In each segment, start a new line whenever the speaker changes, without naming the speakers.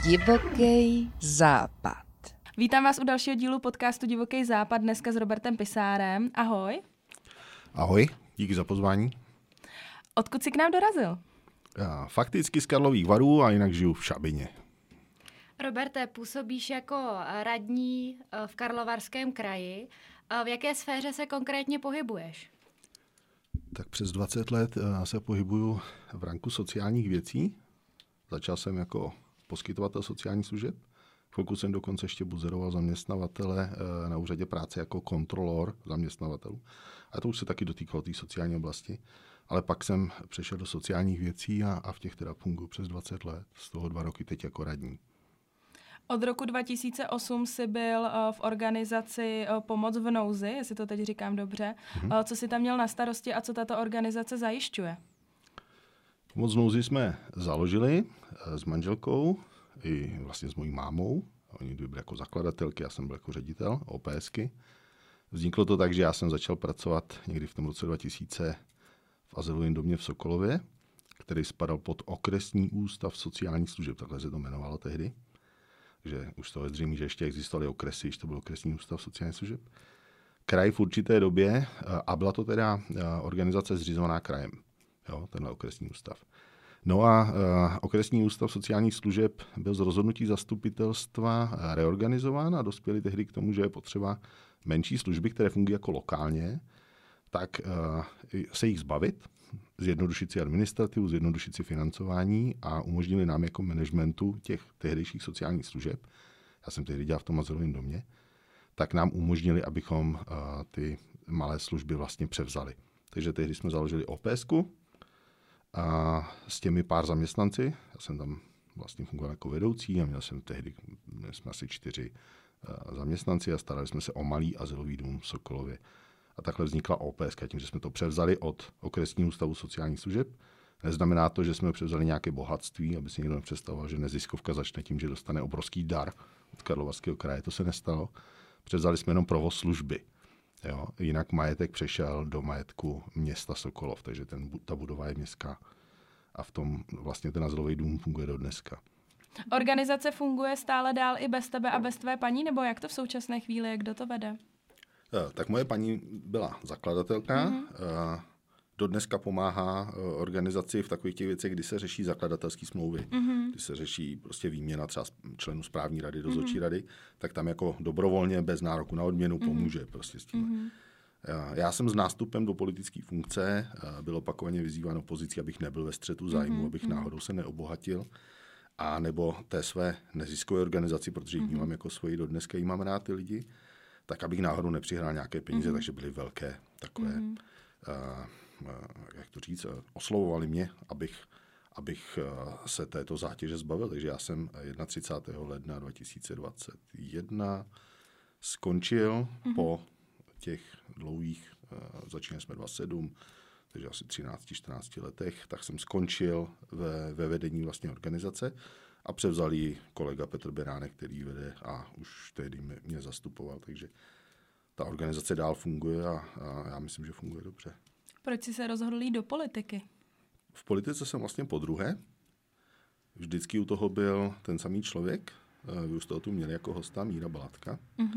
Divoký západ.
Vítám vás u dalšího dílu podcastu Divoký západ, dneska s Robertem Pisárem. Ahoj.
Ahoj, díky za pozvání.
Odkud jsi k nám dorazil?
Já fakticky z Karlových Varů a jinak žiju v Šabině.
Roberte, působíš jako radní v Karlovarském kraji. V jaké sféře se konkrétně pohybuješ?
Tak přes 20 let se pohybuju v ranku sociálních věcí. Začal jsem jako poskytovatel sociálních služeb. Chvilku jsem dokonce ještě buzeroval zaměstnavatele na úřadě práce jako kontrolor zaměstnavatelů. A to už se taky dotýkalo té sociální oblasti. Ale pak jsem přešel do sociálních věcí a v těch teda funguji přes 20 let. Z toho 2 roky teď jako radní.
Od roku 2008 jsi byl v organizaci Pomoc v nouzi, jestli to teď říkám dobře. Co jsi tam měl na starosti a co tato organizace zajišťuje?
Pomoc v nouzi jsme založili s manželkou i vlastně s mojí mámou. Oni byli jako zakladatelky, já jsem byl jako ředitel OPSky. Vzniklo to tak, že já jsem začal pracovat někdy v tom roce 2000 v azylovém domě v Sokolově, který spadal pod okresní ústav sociálních služeb, takhle se to jmenovalo tehdy. Takže už z toho je zřejmě, že ještě existovaly okresy, když to byl okresní ústav sociálních služeb. Kraj v určité době, a byla to teda organizace zřizovaná krajem, jo, tenhle okresní ústav. No a okresní ústav sociálních služeb byl z rozhodnutí zastupitelstva reorganizován a dospěli tehdy k tomu, že je potřeba menší služby, které fungují jako lokálně, tak se jich zbavit, zjednodušit si administrativu, zjednodušit si financování a umožnili nám jako managementu těch tehdejších sociálních služeb, já jsem tehdy dělal v tom azylovém domě, tak nám umožnili, abychom ty malé služby vlastně převzali. Takže tehdy jsme založili OPSku a s těmi pár zaměstnanci, já jsem tam vlastně fungoval jako vedoucí a měli jsme asi 4 zaměstnanci a starali jsme se o malý azylový dům v Sokolově. A takhle vznikla OPSka, tím, že jsme to převzali od okresního ústavu sociálních služeb. Neznamená to, že jsme převzali nějaké bohatství, aby si někdo nepředstavoval, že neziskovka začne tím, že dostane obrovský dar od Karlovarského kraje. To se nestalo. Převzali jsme jenom provoz služby. Jo? Jinak majetek přešel do majetku města Sokolov, takže ta budova je městská. A v tom vlastně ten azylový dům funguje do dneska.
Organizace funguje stále dál i bez tebe a bez tvé paní, nebo jak to v současné chvíli, kdo to vede?
Tak moje paní byla zakladatelka, do dneska pomáhá organizaci v takových těch věcech, kdy se řeší zakladatelské smlouvy, kdy se řeší prostě výměna třeba členů správní rady, dozorčí rady, tak tam jako dobrovolně, bez nároku na odměnu pomůže prostě s tím. Já jsem s nástupem do politické funkce byl opakovaně vyzýván opozicí, abych nebyl ve střetu zájmu, abych náhodou se neobohatil, a nebo té své neziskové organizaci, protože ji vnímám jako svoji, do dneska jí mám rád ty lidi, tak abych náhodou nepřihrál nějaké peníze, takže byly velké takové, jak to říct, oslovovali mě, abych se této zátěže zbavil. Takže já jsem 31. ledna 2021 skončil po těch dlouhých, začínali jsme 27, takže asi 13-14 letech, tak jsem skončil ve vedení vlastně organizace a převzal ji kolega Petr Beránek, který vede a už tehdy mě zastupoval, takže ta organizace dál funguje a já myslím, že funguje dobře.
Proč jsi se rozhodl jít do politiky?
V politice jsem vlastně podruhé. Vždycky u toho byl ten samý člověk. Vy už toho tu měli jako hosta Míra Balatka.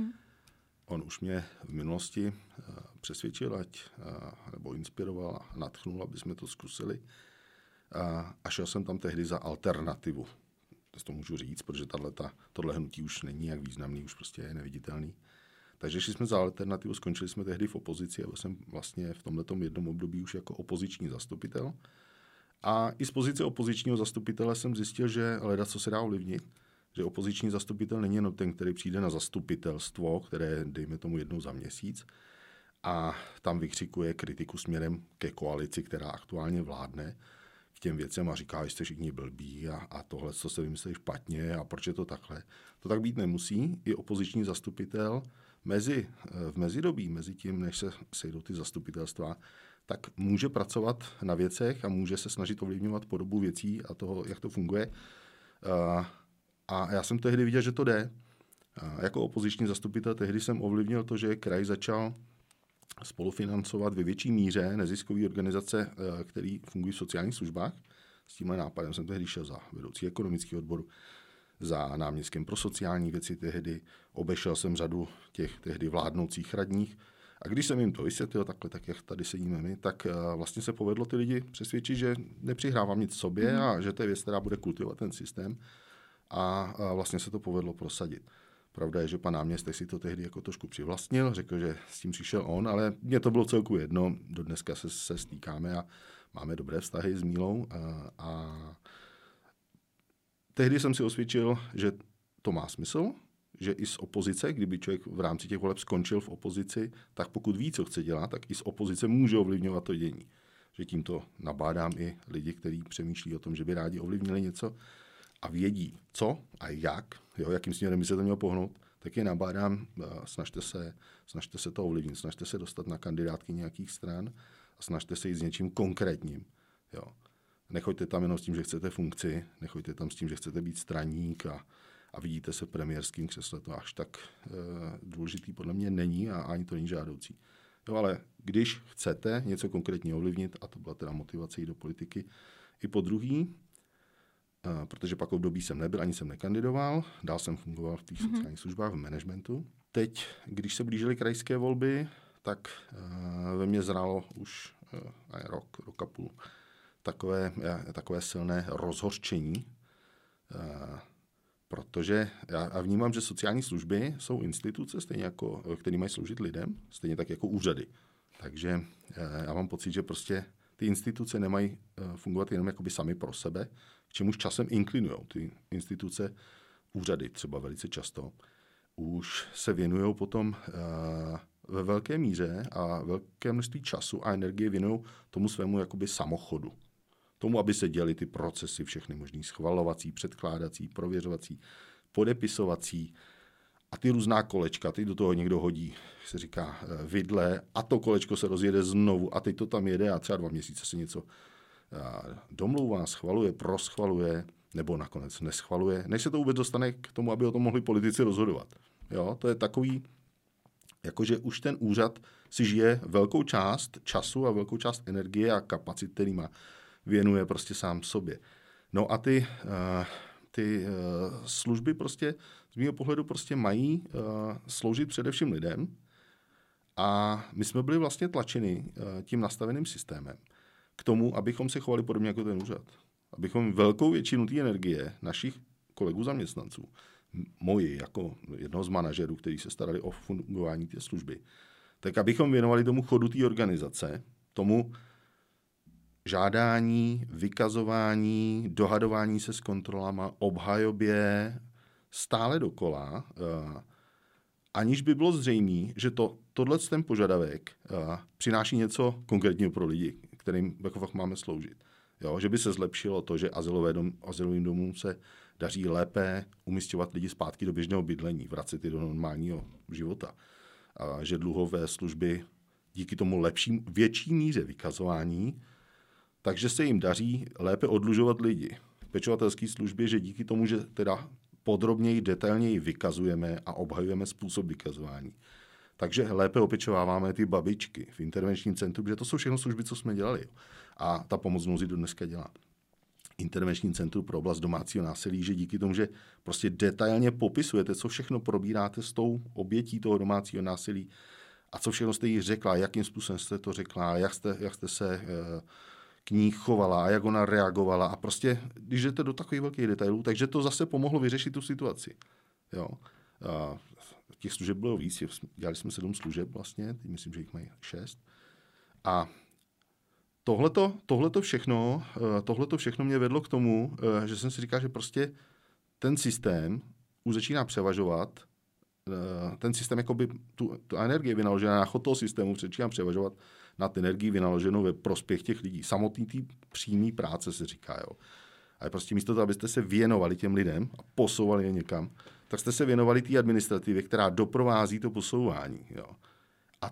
On už mě v minulosti přesvědčil, nebo inspiroval a nadchnul, aby jsme to zkusili. A šel jsem tam tehdy za alternativu. To můžu říct, protože tohle hnutí už není jak významný, už prostě je neviditelný. Takže šli jsme za alternativu, skončili jsme tehdy v opozici a byl jsem vlastně v tomhletom jednom období už jako opoziční zastupitel. A i z pozice opozičního zastupitele jsem zjistil, že co se dá ovlivnit, že opoziční zastupitel není jenom ten, který přijde na zastupitelstvo, které dejme tomu jednou za měsíc a tam vykřikuje kritiku směrem ke koalici, která aktuálně vládne k těm věcem a říká, že jste všichni blbí a tohle, co se vymysleli špatně a proč je to takhle. To tak být nemusí. I opoziční zastupitel v mezidobí, mezi tím, než se sejdou ty zastupitelstva, tak může pracovat na věcech a může se snažit ovlivňovat podobu věcí a toho, jak to funguje. A já jsem tehdy viděl, že to jde. Jako opoziční zastupitel tehdy jsem ovlivnil to, že kraj začal spolufinancovat ve větší míře neziskové organizace, které fungují v sociálních službách. S tímhle nápadem jsem tehdy šel za vedoucí ekonomického odboru. za náměstkem pro sociální věci tehdy, obešel jsem řadu těch tehdy vládnoucích radních a když jsem jim to vysvětlil takhle, tak jak tady sedíme my, tak vlastně se povedlo ty lidi přesvědčit, že nepřihrávám nic sobě a že to je věc, která bude kultivovat ten systém a vlastně se to povedlo prosadit. Pravda je, že pan náměstek si to tehdy jako trošku přivlastnil, řekl, že s tím přišel on, ale mně to bylo celku jedno, do dneska se stýkáme a máme dobré vztahy s Mílou a tehdy jsem si osvědčil, že to má smysl, že i z opozice, kdyby člověk v rámci těch voleb skončil v opozici, tak pokud ví, co chce dělat, tak i z opozice může ovlivňovat to dění. Že tímto nabádám i lidi, kteří přemýšlí o tom, že by rádi ovlivnili něco a vědí, co a jak, jakým směrem by se to mělo pohnout, tak je nabádám, snažte se to ovlivnit, snažte se dostat na kandidátky nějakých stran a snažte se jít s něčím konkrétním. Jo. Nechoďte tam jenom s tím, že chcete funkci, nechoďte tam s tím, že chcete být straník a vidíte se v premiérském křesle. To až tak důležitý podle mě není a ani to není žádoucí. Jo, ale když chcete něco konkrétně ovlivnit, a to byla teda motivace jít do politiky, i po druhý, protože pak v období jsem nebyl, ani jsem nekandidoval, dál jsem fungoval v těch sociálních službách, v managementu. Teď, když se blížily krajské volby, tak ve mně zrálo už rok a půl takové silné rozhořčení, protože já vnímám, že sociální služby jsou instituce, stejně jako, které mají sloužit lidem, stejně tak jako úřady. Takže já mám pocit, že prostě ty instituce nemají fungovat jenom jakoby sami pro sebe, k čemuž časem inklinujou. Ty instituce, úřady třeba velice často, už se věnují potom ve velké míře a velké množství času a energie věnují tomu svému jakoby samochodu. Tomu, aby se děly ty procesy všechny možný schvalovací, předkládací, prověřovací, podepisovací a ty různá kolečka, teď do toho někdo hodí, se říká vidle a to kolečko se rozjede znovu a teď to tam jede a třeba 2 měsíce se něco domlouvá, schvaluje, proschvaluje nebo nakonec neschvaluje, než se to vůbec dostane k tomu, aby o tom mohli politici rozhodovat. Jo, to je takový, jakože už ten úřad si žije velkou část času a velkou část energie a kapacit, který má, věnuje prostě sám sobě. No a ty služby prostě z mého pohledu prostě mají sloužit především lidem a my jsme byli vlastně tlačeni tím nastaveným systémem k tomu, abychom se chovali podobně jako ten úřad. Abychom velkou většinu té energie našich kolegů zaměstnanců, moji jako jednoho z manažerů, kteří se starali o fungování té služby, tak abychom věnovali tomu chodu té organizace, tomu žádání, vykazování, dohadování se s kontrolama, obhajobě stále dokola, aniž by bylo zřejmé, že tohle ten požadavek přináší něco konkrétního pro lidi, kterým jako fakt máme sloužit. Jo, že by se zlepšilo to, že azylovým domům se daří lépe umisťovat lidi zpátky do běžného bydlení, vracet je do normálního života. A že dluhové služby díky tomu větší míře vykazování, takže se jim daří lépe oddlužovat lidi. Pečovatelské služby, že díky tomu, že teda podrobněji, detailněji vykazujeme a obhajujeme způsob vykazování. Takže lépe opečováváme ty babičky v intervenčním centru, protože to jsou všechno služby, co jsme dělali. A ta pomoc nouzi do dneska dělá. Intervenční centrum pro oblast domácího násilí, že díky tomu, že prostě detailně popisujete, co všechno probíráte s tou obětí toho domácího násilí a co všechno jste jí řekla, jakým způsobem jste to řekla, jak jste se k ní chovala a jak ona reagovala. A prostě, když jdete do takových velkých detailů, takže to zase pomohlo vyřešit tu situaci. Jo. Těch služeb bylo víc, dělali jsme 7 služeb vlastně, teď myslím, že jich mají 6. A tohleto všechno mě vedlo k tomu, že jsem si říkal, že prostě ten systém už začíná převažovat, ten systém, jakoby tu energii vynaložená na chod toho systému začíná převažovat nad energii vynaloženou ve prospěch těch lidí. Samotný tý přímý práce se říká, jo. Ale prostě místo toho, abyste se věnovali těm lidem a posouvali je někam, tak jste se věnovali té administrativě, která doprovází to posouvání. Jo. A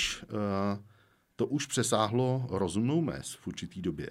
to už přesáhlo rozumnou mez v určitý době.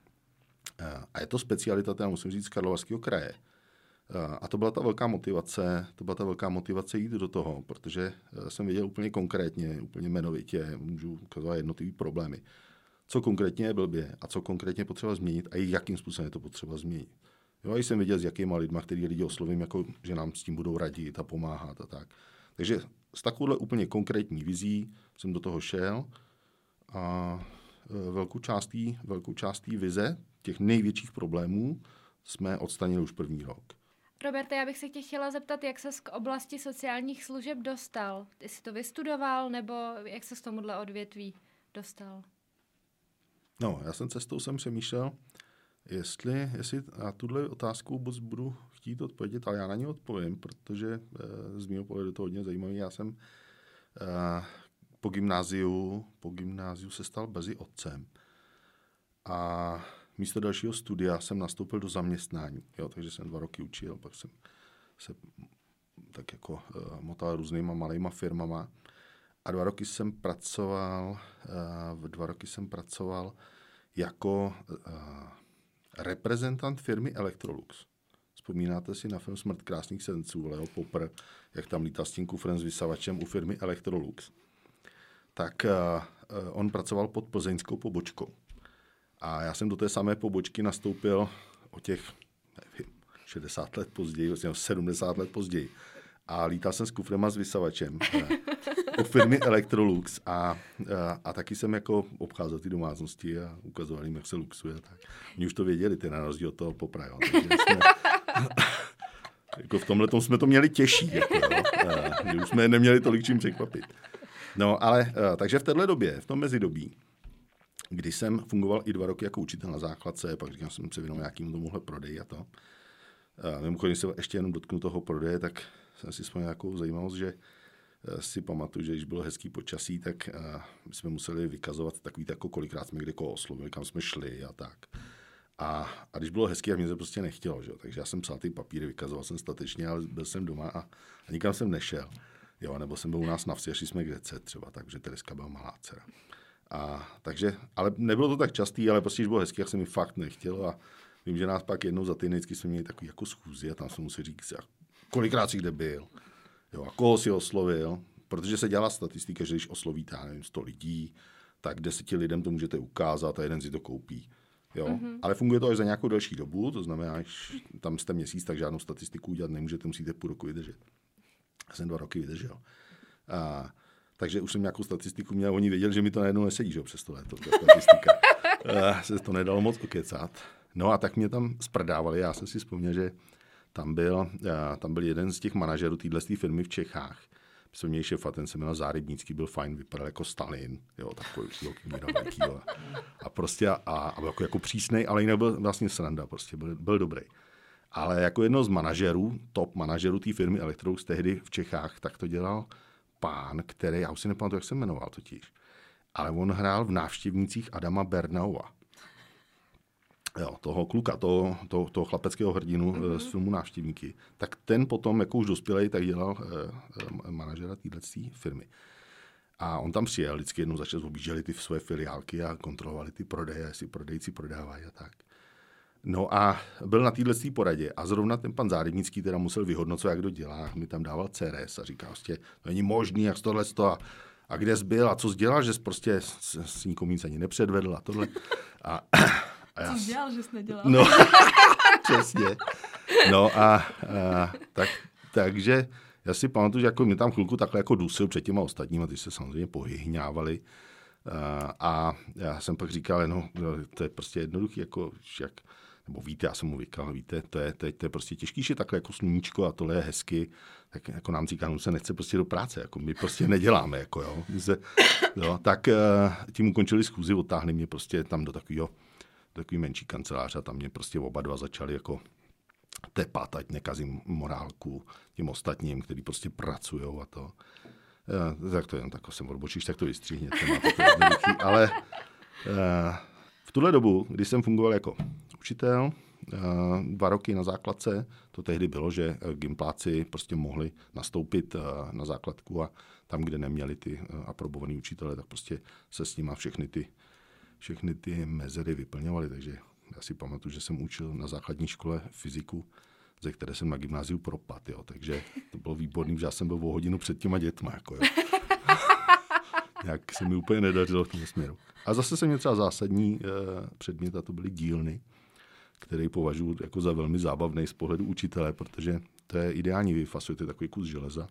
A je to specialita, teda musím říct, z Karlovarského kraje. A to byla ta velká motivace jít do toho, protože jsem věděl úplně konkrétně, úplně jmenovitě, můžu ukazovat jednotlivé problémy. Co konkrétně je blbě a co konkrétně potřeba změnit a jakým způsobem je to potřeba změnit. Jo, a jsem věděl, s jakýma lidma, který lidi oslovím, jako, že nám s tím budou radit a pomáhat a tak. Takže s takovouhle úplně konkrétní vizí jsem do toho šel a velkou část té vize, těch největších problémů, jsme odstranili už první rok.
Roberte, já bych se tě chtěla zeptat, jak ses k oblasti sociálních služeb dostal? Ty jsi to vystudoval, nebo jak ses k tomuhle odvětví dostal?
No, já jsem cestou přemýšlel, jestli na tuhle otázku budu chtít odpovědět, ale já na ní odpovím, protože z mého pohledu to hodně zajímavý. Já jsem po gymnáziu se stal brzy otcem. A místo dalšího studia jsem nastoupil do zaměstnání. Jo, takže jsem 2 roky učil, pak jsem se tak jako motal různýma malýma firmama. A 2 roky jsem pracoval jako reprezentant firmy Electrolux. Vzpomínáte si na film Smrt krásných senců, Leo Popper, jak tam lítá s tím kufrem s vysavačem u firmy Electrolux. Tak on pracoval pod plzeňskou pobočkou. A já jsem do té samé pobočky nastoupil o těch, nevím, 60 let později, vlastně 70 let později. A lítal jsem s kufrem a s vysavačem u firmy Electrolux a taky jsem jako obcházel ty domácnosti a ukazoval jim, jak se luxuje. Tak. Oni už to věděli, ty na rozdíl od toho Popra. Jo. Jako v tomhletom jsme to měli těžší, jako, že už jsme neměli tolik čím překvapit. No, ale takže v téhle době, v tom mezidobí, kdy jsem fungoval i 2 roky jako učitel na základce, pak říkám, jsem se věnoval nějakému tomuhle prodeji a to. Mimochodem se ještě jenom dotknu toho prodeje, tak jsem si vzpomněl nějakou zajímavost, že si pamatuju, že když bylo hezký počasí, tak my jsme museli vykazovat takový, jako kolikrát jsme kde koho oslovili, kam jsme šli a tak. A když bylo hezký, a mě se prostě nechtělo, že? Takže já jsem psal ty papíry, vykazoval jsem statečně, ale byl jsem doma a nikam jsem nešel. Jo, nebo jsem byl u nás na vsi, šli jsme k řece třeba, takže Tereska byla malá dcera. Takže, ale nebylo to tak častý, ale prostě, když bylo hezký, jak se mi fakt nechtělo a vím, že nás pak jednou za týden vždycky jsme měli takový jako schůzi a tam jsme museli říct, kolikrát jsi kde byl, jo, a koho si oslovil, protože se dělala statistika, že když oslovíte, nevím, 100 lidí, tak 10 lidem to můžete ukázat a jeden si to koupí. Jo? Mm-hmm. Ale funguje to až za nějakou delší dobu, to znamená, že tam jste měsíc, tak žádnou statistiku udělat nemůžete, musíte půl roku vydržet. Já jsem 2 roky vydržel. Takže už jsem nějakou statistiku měl, oni věděli, že mi to najednou nesedí, že přes to léto, ta statistika. Se to nedalo moc okecat. No a tak mě tam sprdávali, já jsem si vzpomněl, že tam byl jeden z těch manažerů téhle firmy v Čechách. My jsme měli šéfa, ten se jmenoval Zárybnický, byl fajn, vypadal jako Stalin, jo, takový velký, a prostě a byl jako přísnej, ale jinak byl vlastně sranda, prostě byl dobrý. Ale jako jedno z manažerů, top manažerů té firmy Electrolux tehdy v Čechách, tak to dělal pán, který, já už si nepamatuju, jak se jmenoval totiž, ale on hrál v Návštěvnících Adama Bernaua. Jo, toho kluka, toho chlapeckého hrdinu z filmu Návštěvníky. Tak ten potom, jako už dospělej, tak dělal manažera této firmy. A on tam přijel, vždycky jednou za čas objížděli ty své filiálky a kontrolovali ty prodeje, jestli prodejci prodávají a tak. No a byl na této poradě a zrovna ten pan Zárybnický teda musel vyhodnocovat, jak to dělá. Mi tam dával CRS a říkal, prostě, to není možný, jak tohle a kde jsi byl a co jsi dělal, že jsi prostě s nikom nic ani nepředvedl a tohle.
Co jsi dělal, že jsi nedělal?
No, přesně. No takže já si pamatuju, že jako mě tam chvilku takhle jako dusil před těma ostatníma, ty se samozřejmě pohyhňávali. A já jsem pak říkal, no, to je prostě jednoduchý, jako nebo víte, já jsem mu říkal, víte, to je prostě těžký, že takhle jako sluníčko a tohle je hezky, tak jako nám říká, no se nechce prostě do práce, jako my prostě neděláme, jako jo. Tak tím ukončili schůzi, odtáhli mě prostě tam do takový menší kanceláře a tam mě prostě oba dva začali jako tepat, ať nekazím morálku těm ostatním, kteří prostě pracujou a to. Tak to jen tak jsem odbočíš, tak to vystříhněte, máte to jednoduchý. Ale v tuhle dobu, kdy jsem fungoval jako učitel, 2 roky na základce, to tehdy bylo, že gympláci prostě mohli nastoupit na základku a tam, kde neměli ty aprobovaný učitele, tak prostě se s nima všechny ty mezery vyplňovaly. Takže já si pamatuju, že jsem učil na základní škole fyziku, ze které jsem na gymnáziu propad, jo. Takže to bylo výborný, že já jsem byl o hodinu před těma dětma, jako jo. Jak se mi úplně nedařilo v tom směru. A zase jsem měl třeba zásadní předmět, a to byly dílny, který považuji jako za velmi zábavný z pohledu učitele, protože to je ideální, vy fasujete takový kus železa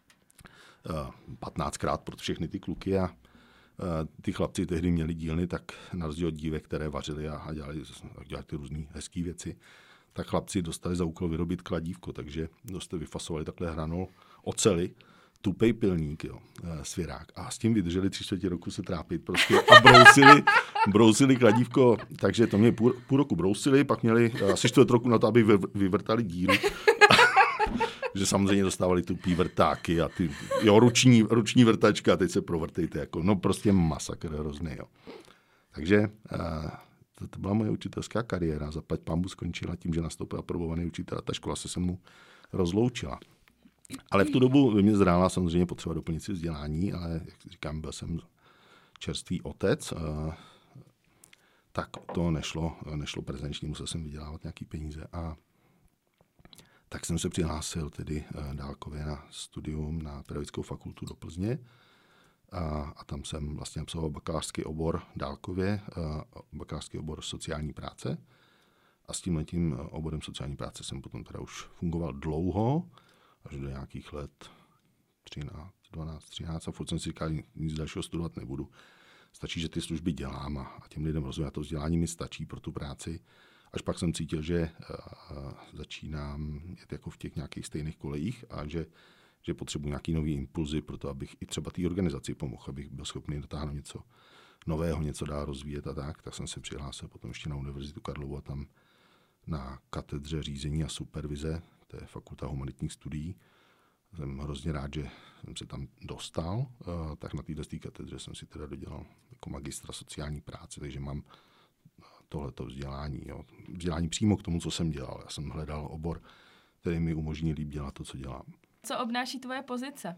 15krát pro všechny ty kluky a ty chlapci tehdy měli dílny, tak na rozdíl od dívek, které vařili a dělali ty různé hezké věci, tak chlapci dostali za úkol vyrobit kladívko, takže vyfasovali takhle hranol oceli, tupej pilník, jo, svěrák. A s tím vydrželi 3/4 roku se trápit prostě a brousili kladívko, takže to mě půl roku brousili, pak měli asi 4 roku na to, aby vyvrtali díru. Že samozřejmě dostávali tupý vrtáky a ty, jo, ruční vrtačka a teď se provrtejte, jako, no prostě masakr hrozný, jo. Takže to byla moje učitelská kariéra, zaplať pánbůh skončila tím, že nastoupil aprobovaný učitel a ta škola se mnou rozloučila. Ale v tu dobu by mě zrála samozřejmě potřeba doplnit si vzdělání, ale jak říkám, byl jsem čerstvý otec, tak to nešlo prezenčně, musel jsem vydělávat nějaký peníze a tak jsem se přihlásil tedy dálkově na studium na Pedagogickou fakultu do Plzně a tam jsem vlastně absolvoval bakalářský obor dálkově, bakalářský obor sociální práce a s tímhletím oborem sociální práce jsem potom teda už fungoval dlouho, až do nějakých let 13 a furt jsem si říkal, nic dalšího studovat nebudu. Stačí, že ty služby dělám a těm lidem rozumím, a to vzdělání mi stačí pro tu práci. Až pak jsem cítil, že začínám jet jako v těch nějakých stejných kolejích a že potřebuji nějaký nový impulzy pro to, abych i třeba té organizaci pomohl, abych byl schopný dotáhnout něco nového, něco dál rozvíjet a tak jsem se přihlásil potom ještě na Univerzitu Karlovu a tam na katedře řízení a supervize, to je Fakulta humanitních studií. Jsem hrozně rád, že jsem se tam dostal, tak na této katedře jsem si teda dodělal jako magistra sociální práce, takže mám tohleto vzdělání. Jo. Vzdělání přímo k tomu, co jsem dělal. Já jsem hledal obor, který mi umožní líp dělat to, co dělám.
Co obnáší tvoje pozice?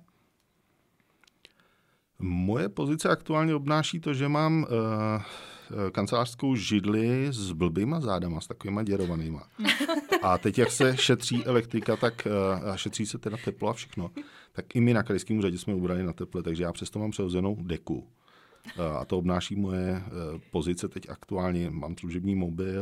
Moje pozice aktuálně obnáší to, že mám kancelářskou židli s blbýma zádama, s takovýma děrovanýma. A teď, jak se šetří elektrika, tak šetří se teda teplo a všechno, tak i my na krajském úřadě jsme ubrali na teple, takže já přesto mám přehozenou deku. A to obnáší moje pozice teď aktuálně. Mám služební mobil,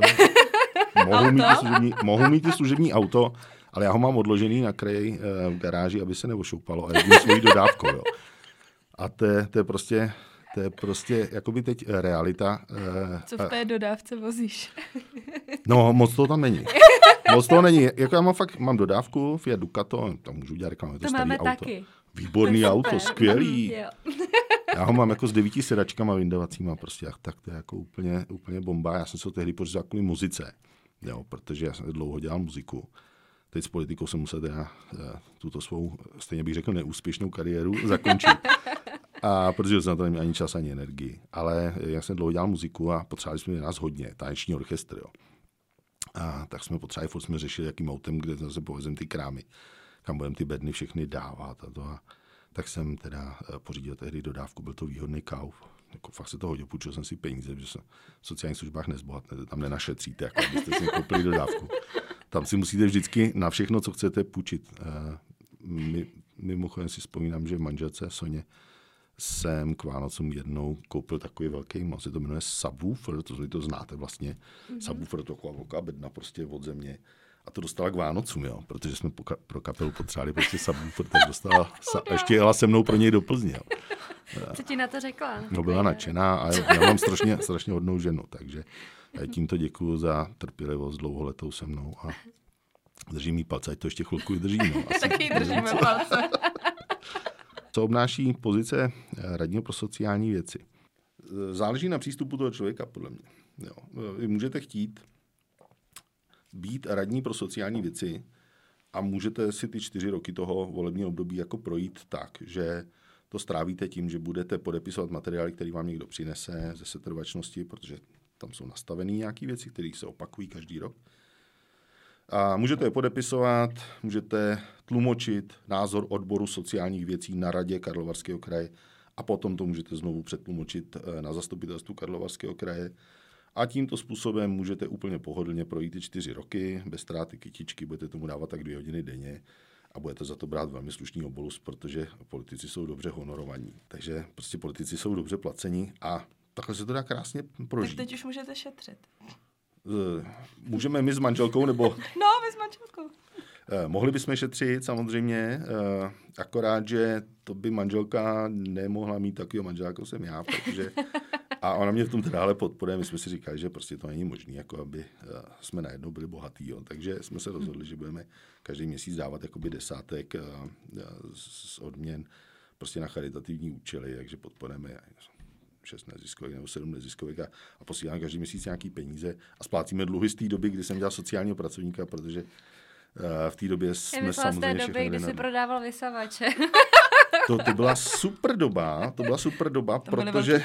mohu mít i služební auto, ale já ho mám odložený na kraji v garáži, aby se neošoupalo a jezdím svojí dodávkou. Jo. A to je prostě jakoby teď realita.
Co v té dodávce vozíš?
No, moc toho tam není. Jako já mám dodávku, Fiat Ducato, tam můžu dělat reklamu, je to starý auto.
Taky.
Výborný auto, skvělý. Já ho mám jako s 9 sedačkama vyndavacíma, prostě, tak to je jako úplně bomba. Já jsem se ho tehdy pořizal kvůli muzice, jo, protože já jsem dlouho dělal muziku. Teď s politikou jsem musel teda tuto svou, stejně bych řekl, neúspěšnou kariéru zakončit. A protože jsem na to neměl ani čas, ani energii. Ale já jsem dlouho dělal muziku a potřebovali jsme nás hodně, taneční orchestr, jo. A tak jsme potřebovali, furt jsme řešili, jakým autem, kde zase povezem ty krámy, kam budeme ty bedny všechny dávat a to. A tak jsem teda pořídil tehdy dodávku, byl to výhodný kauf. Jako fakt se to hodil, půjčil jsem si peníze, protože se v sociálních službách nezbohatnete, tam nenašetříte, jako abyste si koupili dodávku. Tam si musíte vždycky na všechno, co chcete, půjčit. Mimochodem si vzpomínám, že v manželce Soně jsem k Vánocům jednou koupil takový velký moc, se to jmenuje subwoofer, to znáte vlastně. Subwoofer, to taková velká bedna prostě od země. A to dostala k Vánocům, jo, protože jsme pro kapelu potřebovali prostě subwoofer, tak dostala, ještě jela se mnou pro něj do Plzně. Jo.
Co ti na to řekla?
No, byla nadšená a já mám strašně hodnou ženu, takže tímto děkuju za trpělivost dlouholetou se mnou a držím jí palce, ať to ještě chvilku vydrží. No.
Taky držíme palce.
Co obnáší pozice radního pro sociální věci? Záleží na přístupu toho člověka, podle mě. Jo. Vy můžete chtít být radní pro sociální věci a můžete si ty 4 roky toho volebního období jako projít tak, že to strávíte tím, že budete podepisovat materiály, které vám někdo přinese ze setrvačnosti, protože tam jsou nastavené nějaké věci, které se opakují každý rok. A můžete je podepisovat, můžete tlumočit názor odboru sociálních věcí na radě Karlovarského kraje a potom to můžete znovu přetlumočit na zastupitelstvu Karlovarského kraje. A tímto způsobem můžete úplně pohodlně projít ty 4 roky, bez ztráty kytičky, budete tomu dávat tak 2 hodiny denně a budete za to brát velmi slušný obolus, protože politici jsou dobře honorovaní. Takže prostě politici jsou dobře placení a takhle se to dá krásně prožít.
Tak teď už můžete šetřit.
můžeme my s manželkou, nebo...
No, my s manželkou.
Mohli bychom šetřit samozřejmě, akorát, že to by manželka nemohla mít takového manžela, jako jsem já, protože... A ona mě v tom teda ale podporuje, my jsme si říkali, že prostě to není možné, jako aby jsme najednou byli bohatý, jo. Takže jsme se rozhodli, že budeme každý měsíc dávat jakoby desátek z odměn prostě na charitativní účely, takže podporujeme 6 neziskovek nebo 7 neziskovek a posíláme každý měsíc nějaký peníze a splácíme dluhy z té doby, kdy jsem dělal sociálního pracovníka, protože v té době jsme samozřejmě
v té době, kdy jsi prodával vysavače.
To byla super doba, protože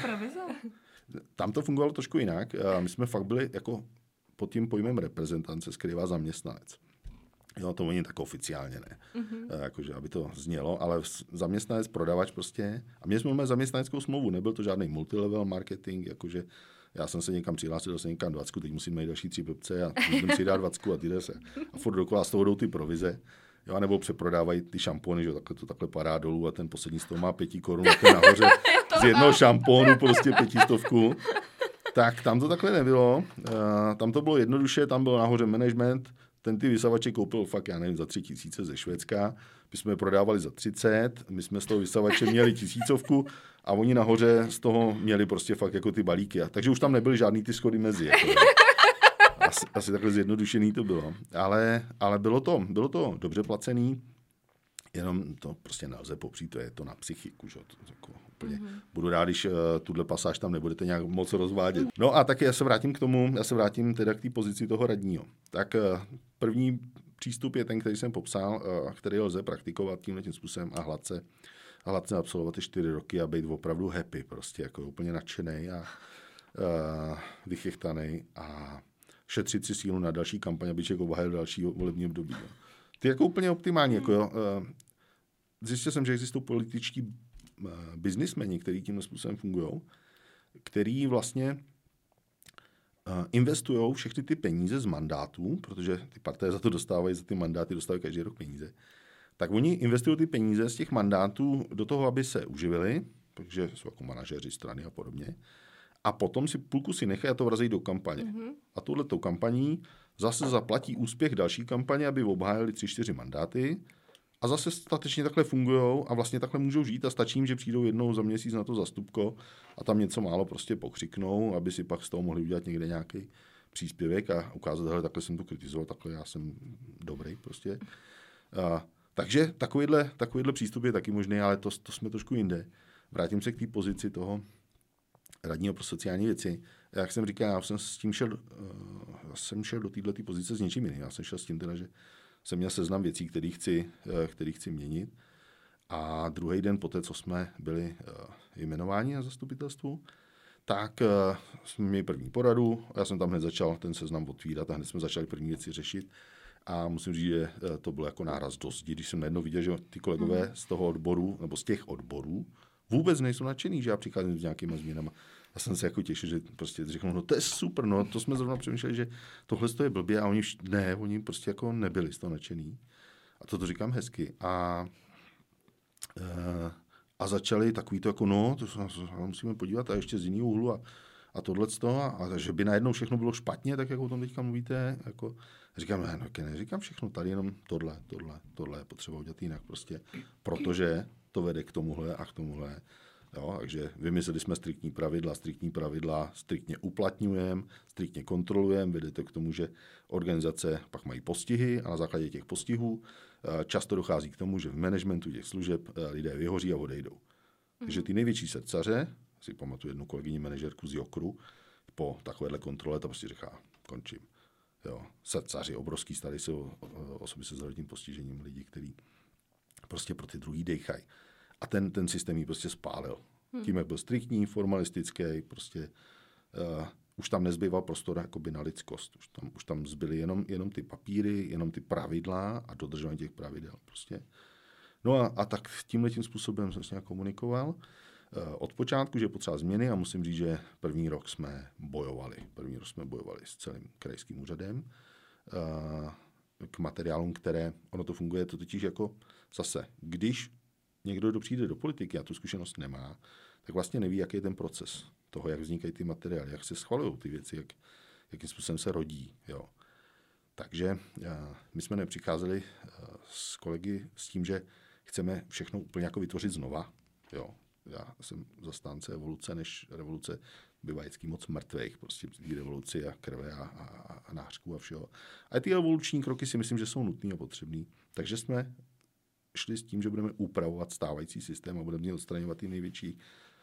tam to fungovalo trošku jinak. My jsme fakt byli jako pod tím pojmem reprezentant se skrývá zaměstnanec. Jo, to oni tak oficiálně ne. Jakože, aby to znělo, ale zaměstnanec, prodavač prostě. A měli jsme zaměstnaneckou smlouvu, nebyl to žádný multilevel marketing, jakože já jsem se někam přihlásil, jsem někam 20, teď musím najít další 3 blbce a musím si dát 20 a ty jde se. A furt dokola z toho jdou ty provize. Jo, nebo přeprodávají ty šampony, že takhle padá dolů a ten poslední z toho má 5 korun a ten nahoře z jednoho šampónu prostě 500. Tak tam to takhle nebylo. Tam to bylo jednoduše, tam byl nahoře management, ten ty vysavače koupil fakt, já nevím, za 3 000 ze Švédska. My jsme je prodávali za 30, my jsme z toho vysavače měli 1000 a oni nahoře z toho měli prostě fakt jako ty balíky. Takže už tam nebyly žádný ty schody mezi. Jako, asi takhle zjednodušený to bylo. Ale bylo to dobře placený, jenom to prostě nelze popřít, to je to na psychiku. Že? To jako úplně. Budu rád, když tuhle pasáž tam nebudete nějak moc rozvádět. No a taky já se vrátím teda k té pozici toho radního. Tak první přístup je ten, který jsem popsal, který lze praktikovat tímhle způsobem a hladce absolvovat ty 4 roky a být opravdu happy, prostě jako úplně nadšenej a vychechtanej a šetřit si sílu na další kampaň, aby člověk obhájil další volební období. Jo. To je jako úplně optimální. Jako, jo. Zjistil jsem, že existují političtí biznismeni, kteří tímhle způsobem fungují, který vlastně investují všechny ty peníze z mandátů, protože ty partaje za to dostávají, za ty mandáty dostávají každý rok peníze. Tak oni investují ty peníze z těch mandátů do toho, aby se uživili, protože jsou jako manažeři strany a podobně. A potom si půlku si nechají a to vrazejí do kampaně. A touhletou kampaní zase zaplatí úspěch další kampaně, aby obhájili 3-4 mandáty a zase statečně takhle fungujou a vlastně takhle můžou žít a stačí jim, že přijdou jednou za měsíc na to zastupko a tam něco málo prostě pokřiknou, aby si pak z toho mohli udělat někde nějaký příspěvek a ukázat, hele, takhle jsem to kritizoval, takhle já jsem dobrý prostě. Takže takovýhle přístup je taky možný, ale to jsme trošku jinde. Vrátím se k té pozici toho radního pro sociální věci. Jak jsem říkal, já jsem s tím šel do této pozice s něčím jiným. Já jsem šel s tím teda, že jsem měl seznam věcí, které chci měnit. A druhý den poté, co jsme byli jmenováni na zastupitelstvu, tak jsme měli první poradu. Já jsem tam hned začal ten seznam otvírat a hned jsme začali první věci řešit. A musím říct, že to bylo jako náraz do zdi, když jsem najednou viděl, že ty kolegové z toho odboru, nebo z těch odborů, vůbec nejsou nadšený, že já přicházím s nějakýma změnama. Já jsem se jako těšil, že prostě řeknu, no to je super, no to jsme zrovna přemýšleli, že tohle je blbě a oni prostě jako nebyli z toho nadšený. A to říkám hezky. A začali takový to jako, no, to musíme podívat a ještě z jiného úhlu a tohleto, a že by najednou všechno bylo špatně, tak jak o tom teďka mluvíte, jako říkám, neříkám všechno, tady jenom tohle je potřeba udělat jinak prostě, protože to vede k tomuhle a k tomuhle. Jo, takže vymysleli jsme striktní pravidla striktně uplatňujeme, striktně kontrolujeme, vede to k tomu, že organizace pak mají postihy a na základě těch postihů často dochází k tomu, že v managementu těch služeb lidé vyhoří a odejdou. Takže ty největší srdcaře, si pamatuju jednu kolegyni manažerku z Jokru, po takovéhle kontrole ta prostě říká, končím. Jo, srdcaři, obrovský starý jsou osoby se zdravotním postižením, lidi, kteří prostě pro ty druhý dejchají. A ten systém ji prostě spálil. Tím, jak byl striktní, formalistický, prostě už tam nezbýval prostor jakoby na lidskost. Už tam zbyly jenom ty papíry, jenom ty pravidla a dodržování těch pravidel. Prostě. No a tak tímhletím způsobem jsem s ním komunikoval. Od počátku, že je potřeba změny a musím říct, že první rok jsme bojovali s celým krajským úřadem k materiálům, které, ono to funguje, to totiž jako zase, když někdo, kdo přijde do politiky a tu zkušenost nemá, tak vlastně neví, jaký je ten proces toho, jak vznikají ty materiály, jak se schvalují ty věci, jakým způsobem se rodí. Jo. Takže my jsme nepřicházeli s kolegy s tím, že chceme všechno úplně jako vytvořit znova. Jo. Já jsem zastánce evoluce, než revoluce bývá vždycky moc mrtvých, prostě při revoluci a krve a nářků a všeho. A ty evoluční kroky si myslím, že jsou nutné a potřebné. Takže jsme šli s tím, že budeme upravovat stávající systém a budeme odstraňovat ty největší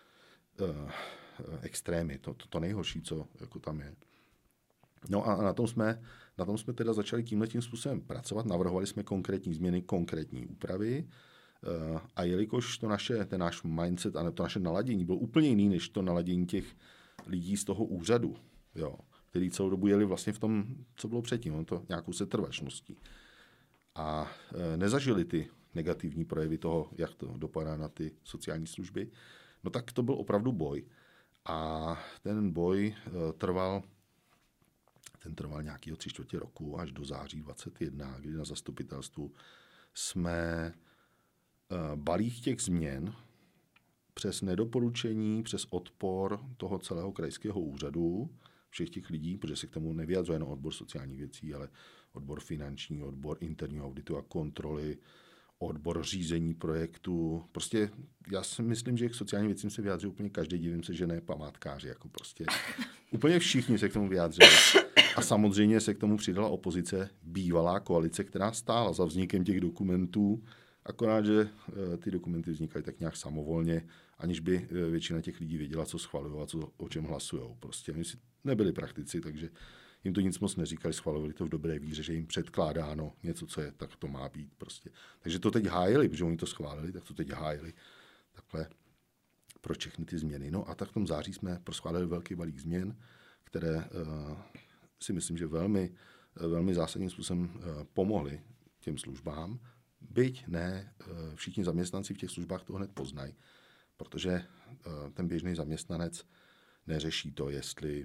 extrémy, to nejhorší, co jako tam je. No a na tom jsme teda začali tímhletím způsobem pracovat, navrhovali jsme konkrétní změny, konkrétní úpravy a jelikož ten náš mindset a to naše naladění bylo úplně jiný, než to naladění těch lidí z toho úřadu, jo, který celou dobu jeli vlastně v tom, co bylo předtím, to nějakou setrvačností. A nezažili ty negativní projevy toho, jak to dopadá na ty sociální služby, no tak to byl opravdu boj. A ten boj trval nějakého 3/4 roku až do září 2021, kdy na zastupitelstvu jsme balík těch změn přes nedoporučení, přes odpor toho celého krajského úřadu, všech těch lidí, protože se k tomu nevyjadřuje jenom odbor sociálních věcí, ale odbor finanční, odbor interního auditu a kontroly, odbor řízení projektu. Prostě já si myslím, že k sociálním věcím se vyjádří úplně každý, divím se, že ne památkáři, jako prostě. Úplně všichni se k tomu vyjádřili. A samozřejmě se k tomu přidala opozice, bývalá koalice, která stála za vznikem těch dokumentů, akorát, že ty dokumenty vznikaly tak nějak samovolně, aniž by většina těch lidí věděla, co schvalují a o čem hlasujou. Prostě oni nebyli praktici, takže jim to nic moc neříkali, schvalovali to v dobré víře, že jim předkládáno něco, co je, tak to má být prostě. Takže to teď hájili, protože oni to schválili, tak to teď hájili takhle pro všechny ty změny. No a tak v tom září jsme proschválili velký balík změn, které si myslím, že velmi, velmi zásadním způsobem pomohly těm službám, byť ne všichni zaměstnanci v těch službách to hned poznají, protože ten běžný zaměstnanec neřeší to, jestli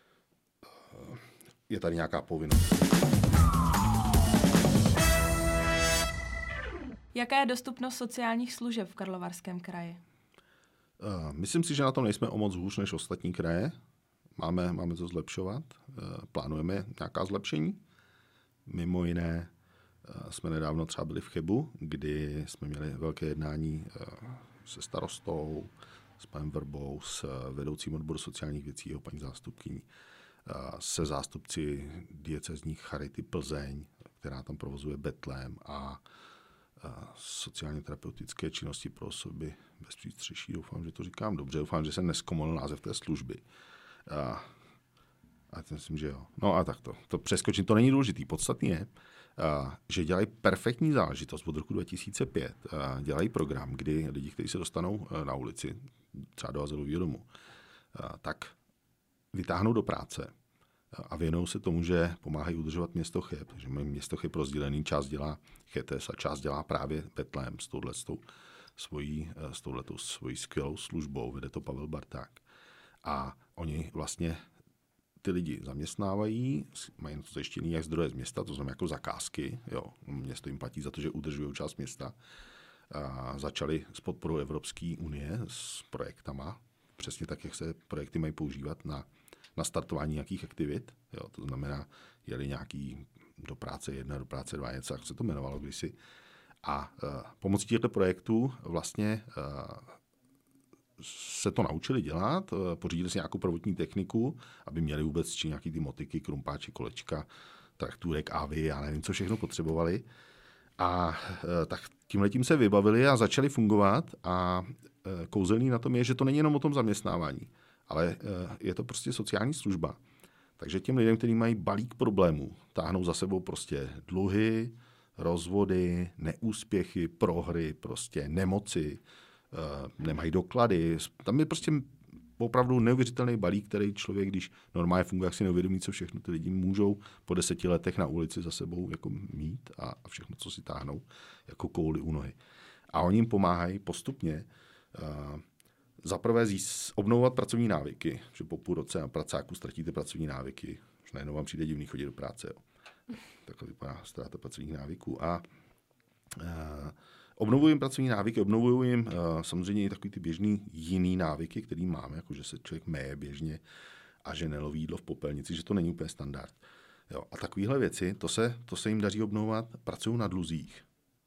je tady nějaká povinnost.
Jaká je dostupnost sociálních služeb v Karlovarském kraji?
Myslím si, že na tom nejsme o moc hůř než ostatní kraje. Máme to zlepšovat. Plánujeme nějaká zlepšení. Mimo jiné jsme nedávno třeba byli v Chebu, kdy jsme měli velké jednání se starostou, s panem Vrbou, s vedoucím odboru sociálních věcí, jeho paní zástupkyní, se zástupci diecezní Charity Plzeň, která tam provozuje Betlém a sociálně terapeutické činnosti pro osoby bez přístřeší. Doufám, že to říkám dobře. Doufám, že jsem neskomolil název té služby. A myslím, že jo. No a tak to přeskočím. To není důležitý. Podstatný je, že dělají perfektní záležitost od roku 2005. Dělají program, kdy lidi, kteří se dostanou na ulici, třeba do azylového domu, tak vytáhnou do práce a věnují se tomu, že pomáhají udržovat město Cheb. Takže mají město Cheb rozdělený, část dělá Chetes a část dělá právě Betlém s touhletou svojí skvělou službou. Vede to Pavel Barták. A oni vlastně ty lidi zaměstnávají, mají na to zajištěný jak zdroje z města, to znamená jako zakázky. Jo. Město jim platí za to, že udržují část města. Začali s podporou Evropské unie s projektama, přesně tak, jak se projekty mají používat na startování nějakých aktivit. Jo. To znamená, jeli nějaký do práce 1, do práce 2, něco, jak se to jmenovalo kdysi. A pomocí těchto projektů vlastně se to naučili dělat, pořídili si nějakou prvotní techniku, aby měli vůbec či nějaký ty motiky, krumpáči, kolečka, traktůrek, AVI, já nevím, co všechno potřebovali. A tak tímhletím se vybavili a začali fungovat a kouzelný na tom je, že to není jenom o tom zaměstnávání, ale je to prostě sociální služba. Takže těm lidem, kteří mají balík problémů, táhnou za sebou prostě dluhy, rozvody, neúspěchy, prohry, prostě nemoci, nemají doklady. Tam je prostě opravdu neuvěřitelný balík, který člověk, když normálně funguje, jak si neuvědomí, co všechno ty lidi můžou po 10 letech na ulici za sebou jako mít a všechno, co si táhnou, jako kouli u nohy. A oni jim pomáhají postupně zaprvé obnovovat pracovní návyky, že po půl roce na pracáku ztratíte pracovní návyky, už najednou vám přijde divný chodit do práce. Jo. Takhle vypadá ztráta pracovních návyků. A obnovují jim pracovní návyky, obnovují jim samozřejmě i takový ty běžný jiný návyky, který máme, jako že se člověk méje běžně a že neloví jídlo v popelnici, že to není úplně standard. Jo. A takovéhle věci, to se jim daří obnovovat, pracují na dluzích.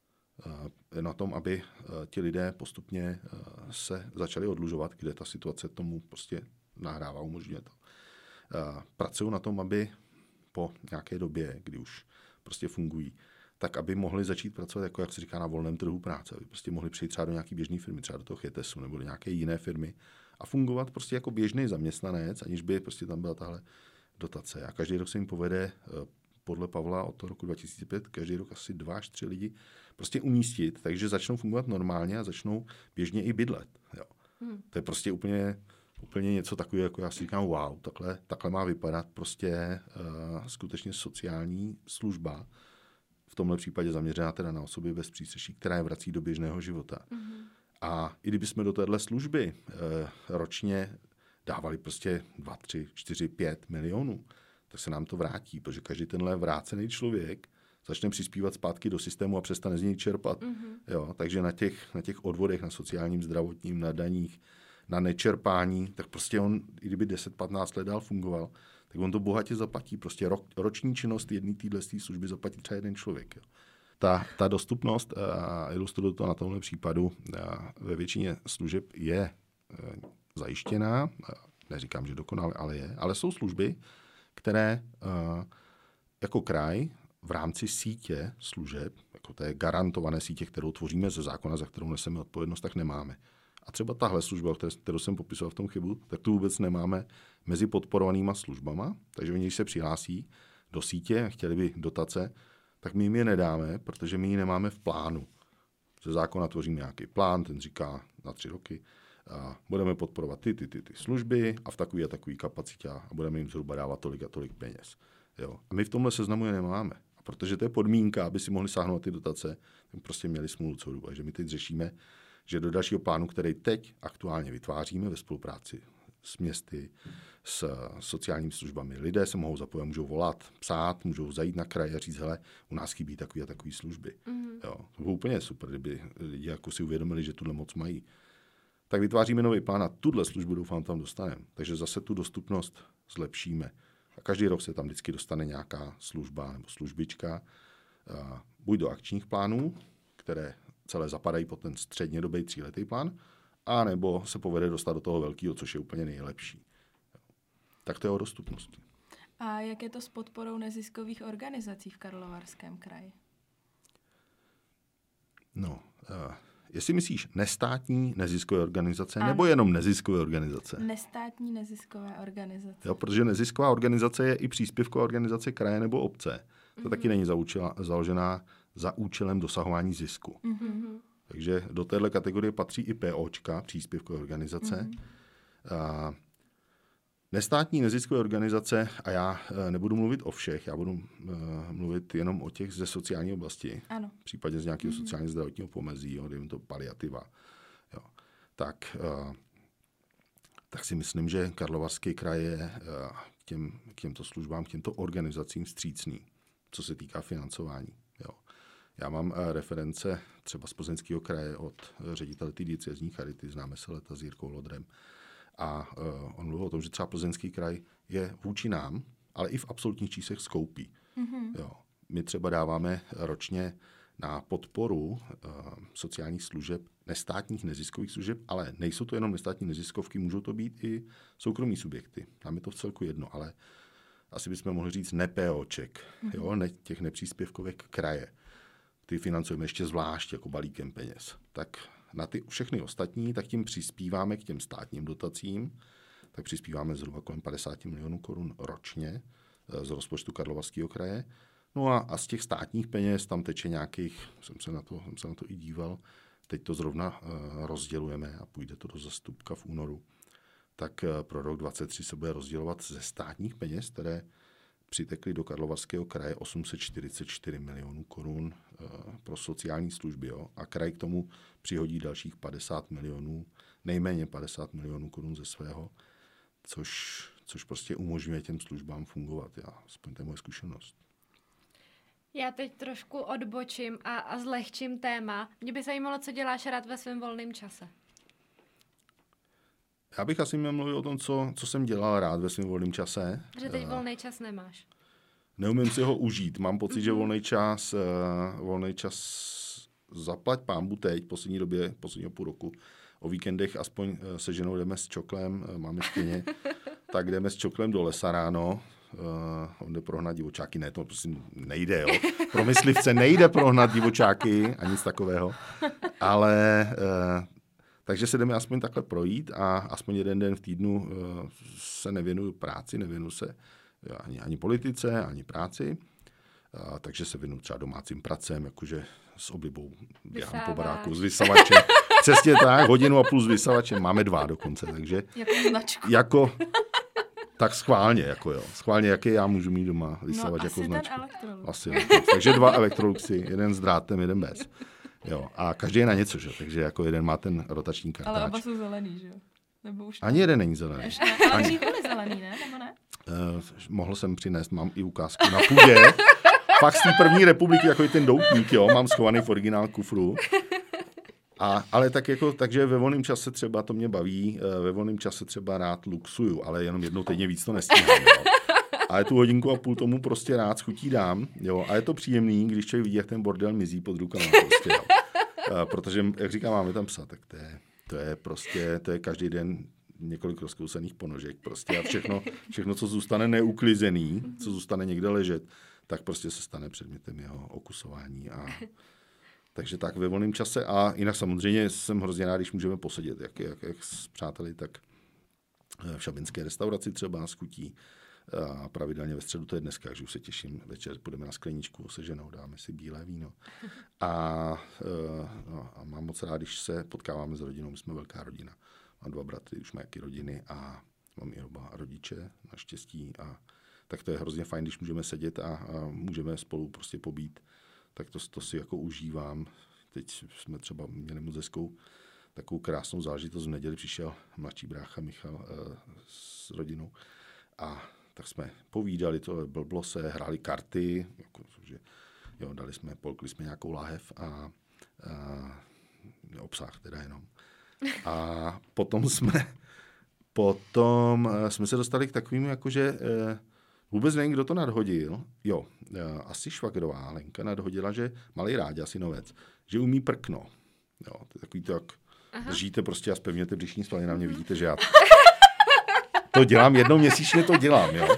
Na tom, aby ti lidé postupně se začali odlužovat, kde ta situace tomu prostě nahrává, umožňuje to. Pracují na tom, aby po nějaké době, kdy už prostě fungují, tak aby mohli začít pracovat, jako jak se říká, na volném trhu práce. Aby prostě mohli přijít třeba do nějaké běžné firmy, třeba do toho Chetesu nebo do nějaké jiné firmy a fungovat prostě jako běžný zaměstnanec, aniž by prostě tam byla tahle dotace. A každý rok se jim povede, podle Pavla od toho roku 2005, každý rok asi 2 až 3 lidi prostě umístit, takže začnou fungovat normálně a začnou běžně i bydlet. Jo. To je prostě úplně něco takového, jako já si říkám, wow, takhle má vypadat prostě skutečně sociální služba, v tomhle případě zaměřená teda na osoby bez přístřeší, která je vrací do běžného života. A i kdybychom do téhle služby ročně dávali prostě 2, 3, 4, 5 milionů, tak se nám to vrátí, protože každý tenhle vrácený člověk začne přispívat zpátky do systému a přestane z něj čerpat. Jo, takže na těch odvodech, na sociálním, zdravotním, na daních, na nečerpání, tak prostě on, i kdyby 10-15 let dál fungoval, tak on to bohatě zaplatí. Prostě roční činnost jedné téhle služby zaplatí třeba jeden člověk. Jo. Ta dostupnost, ilustruju to na tomhle případu, ve většině služeb je zajištěná. Neříkám, že dokonale, ale je. Ale jsou služby, které jako kraj v rámci sítě služeb, jako té garantované sítě, kterou tvoříme ze zákona, za kterou neseme odpovědnost, tak nemáme. A třeba tahle služba, kterou jsem popisoval v tom chybu, tak tu vůbec nemáme mezi podporovanýma službama. Takže oni, když se přihlásí do sítě a chtěli by dotace, tak my jim je nedáme, protože my ji nemáme v plánu. Ze zákona tvoříme nějaký plán, ten říká na 3 roky, a budeme podporovat ty služby a v takové a takové kapacitě a budeme jim zhruba dávat tolik a tolik peněz. Jo. A my v tomhle seznamu je nemáme. A protože to je podmínka, aby si mohli sáhnout ty dotace, tak prostě měli smůlu celou dobu. Takže my teď řešíme, že do dalšího plánu, který teď aktuálně vytváříme ve spolupráci s městy, s sociálními službami, lidé se mohou zapojit, můžou volat, psát, můžou zajít na kraj a říct, hele, u nás chybí takové a takové služby. Jo, to bylo úplně super, kdyby lidi jako si uvědomili, že tuhle moc mají. Tak vytváříme nový plán a tuhle službu doufám tam dostaneme. Takže zase tu dostupnost zlepšíme. A každý rok se tam vždycky dostane nějaká služba nebo službička, buď do akčních plánů, které celé zapadají pod ten střednědobý 3letý plán, a nebo se povede dostat do toho velkého, což je úplně nejlepší. Tak to je o dostupnosti.
A jak je to s podporou neziskových organizací v Karlovarském kraji?
No, jestli myslíš nestátní neziskové organizace, nebo jenom neziskové organizace?
Nestátní neziskové organizace.
Jo, protože nezisková organizace je i příspěvková organizace kraje nebo obce. To taky není založená za účelem dosahování zisku. Takže do téhle kategorie patří i POčka, příspěvkové organizace. Nestátní neziskové organizace, a já nebudu mluvit o všech, já budu mluvit jenom o těch ze sociální oblasti.
Ano.
Případně z nějakého sociálně zdravotního pomezí, dejme to paliativa. Jo. Tak si myslím, že Karlovarský kraj je k těmto službám, k těmto organizacím vstřícný, co se týká financování. Jo. Já mám reference třeba z Plzeňského kraje od ředitele té diecézní charity, známe se leta s Jirkou Lodrem. A on mluvil o tom, že třeba Plzeňský kraj je vůči nám, ale i v absolutních číslech skoupí. Jo. My třeba dáváme ročně na podporu sociálních služeb, nestátních neziskových služeb, ale nejsou to jenom nestátní neziskovky, můžou to být i soukromí subjekty. Nám je to v celku jedno, ale asi bychom mohli říct NPOček, jo, těch nepříspěvkovek kraje. Ty financujeme ještě zvlášť jako balíkem peněz. Tak na ty všechny ostatní, tak tím přispíváme k těm státním dotacím, tak přispíváme zhruba kolem 50 milionů korun ročně z rozpočtu Karlovarského kraje. No a z těch státních peněz tam teče nějakých, jsem se na to i díval, teď to zrovna rozdělujeme a půjde to do zastupka v únoru. Tak pro rok 2023 se bude rozdělovat ze státních peněz, které přitekly do Karlovarského kraje 844 milionů korun pro sociální služby. Jo? A kraj k tomu přihodí dalších 50 milionů, nejméně 50 milionů korun ze svého, což prostě umožňuje těm službám fungovat. Aspoň to je moje zkušenost.
Já teď trošku odbočím a zlehčím téma. Mě by zajímalo, co děláš rád ve svém volném čase.
Já bych asi měl mluvit o tom, co jsem dělal rád ve svém volném čase.
Že teď volný čas nemáš.
Neumím si ho užít. Mám pocit, že volný čas zaplať pánbu teď, poslední době, posledního půl roku. O víkendech aspoň se ženou jdeme s čoklem, máme štěně, tak jdeme s čoklem do lesa ráno. On jde prohnat divočáky, ne, to prostě nejde, jo. Pro myslivce nejde prohnat divočáky a nic takového, ale takže se jdeme aspoň takhle projít a aspoň jeden den v týdnu se nevěnuju práci, nevěnuju se ani politice, ani práci, takže se věnuju třeba domácím pracem, jakože s oblibou běhám po baráku s vysavačem. Přesně tak, 1,5 hodiny s vysavačem, máme 2 dokonce, takže
jako značku.
Tak schválně, jako jo. Schválně, jaký já můžu mít doma vysavač jako značku.
Ten Electrolux.
Asi jo. Takže 2 Electroluxy, jeden s drátem, jeden bez. Jo. A každý je na něco, že? Takže jako jeden má ten rotační kartáč.
Ale oba jsou zelený, že jo? Nebo už
ani jeden není zelený.
Ještě ne, ale dřív byly zelený, ne? Nebo ne?
Mohl jsem přinést, mám i ukázku na půdě. Fakt z té první republiky, jako i ten doutník, jo, mám schovaný v originál kufru. Ale tak jako, takže ve volném čase třeba to mě baví, ve volném čase třeba rád luxuju, ale jenom jednou týdně víc to nestíhám, jo. Ale tu 1,5 hodiny tomu prostě rád schutí dám, jo. A je to příjemný, když člověk vidí, jak ten bordel mizí pod rukama, prostě, jo. Protože, jak říkám, máme tam psa, tak to je každý den několik rozkousaných ponožek prostě a všechno, co zůstane neuklizený, co zůstane někde ležet, tak prostě se stane předmětem jeho okusování a takže tak ve volném čase a jinak samozřejmě jsem hrozně rád, když můžeme posedět, jak s přáteli, tak v šabinské restauraci třeba s chutí a pravidelně ve středu, to je dneska, takže už se těším, večer půjdeme na skleničku se ženou, dáme si bílé víno a mám moc rád, když se potkáváme s rodinou, my jsme velká rodina, mám 2 bratry, už mají jaké rodiny a mám i oba rodiče naštěstí a tak to je hrozně fajn, když můžeme sedět a můžeme spolu prostě pobít. Tak to si jako užívám. Teď jsme třeba měli moc hezkou takovou krásnou záležitost. V neděli přišel mladší brácha Michal s rodinou a tak jsme povídali, to blblo se, hráli karty, jako, že, jo, polkli jsme nějakou láhev a obsah teda jenom. A potom jsme se dostali k takovému, jakože vůbec nevím, kdo to nadhodil. Jo, asi švagrová Lenka nadhodila, že malý Ráďa, synovec, že umí prkno. Jo, to je takový to, jak držíte prostě a zpevněte břišní svaly, na mě vidíte, že já to dělám, jednou měsíčně to dělám, jo.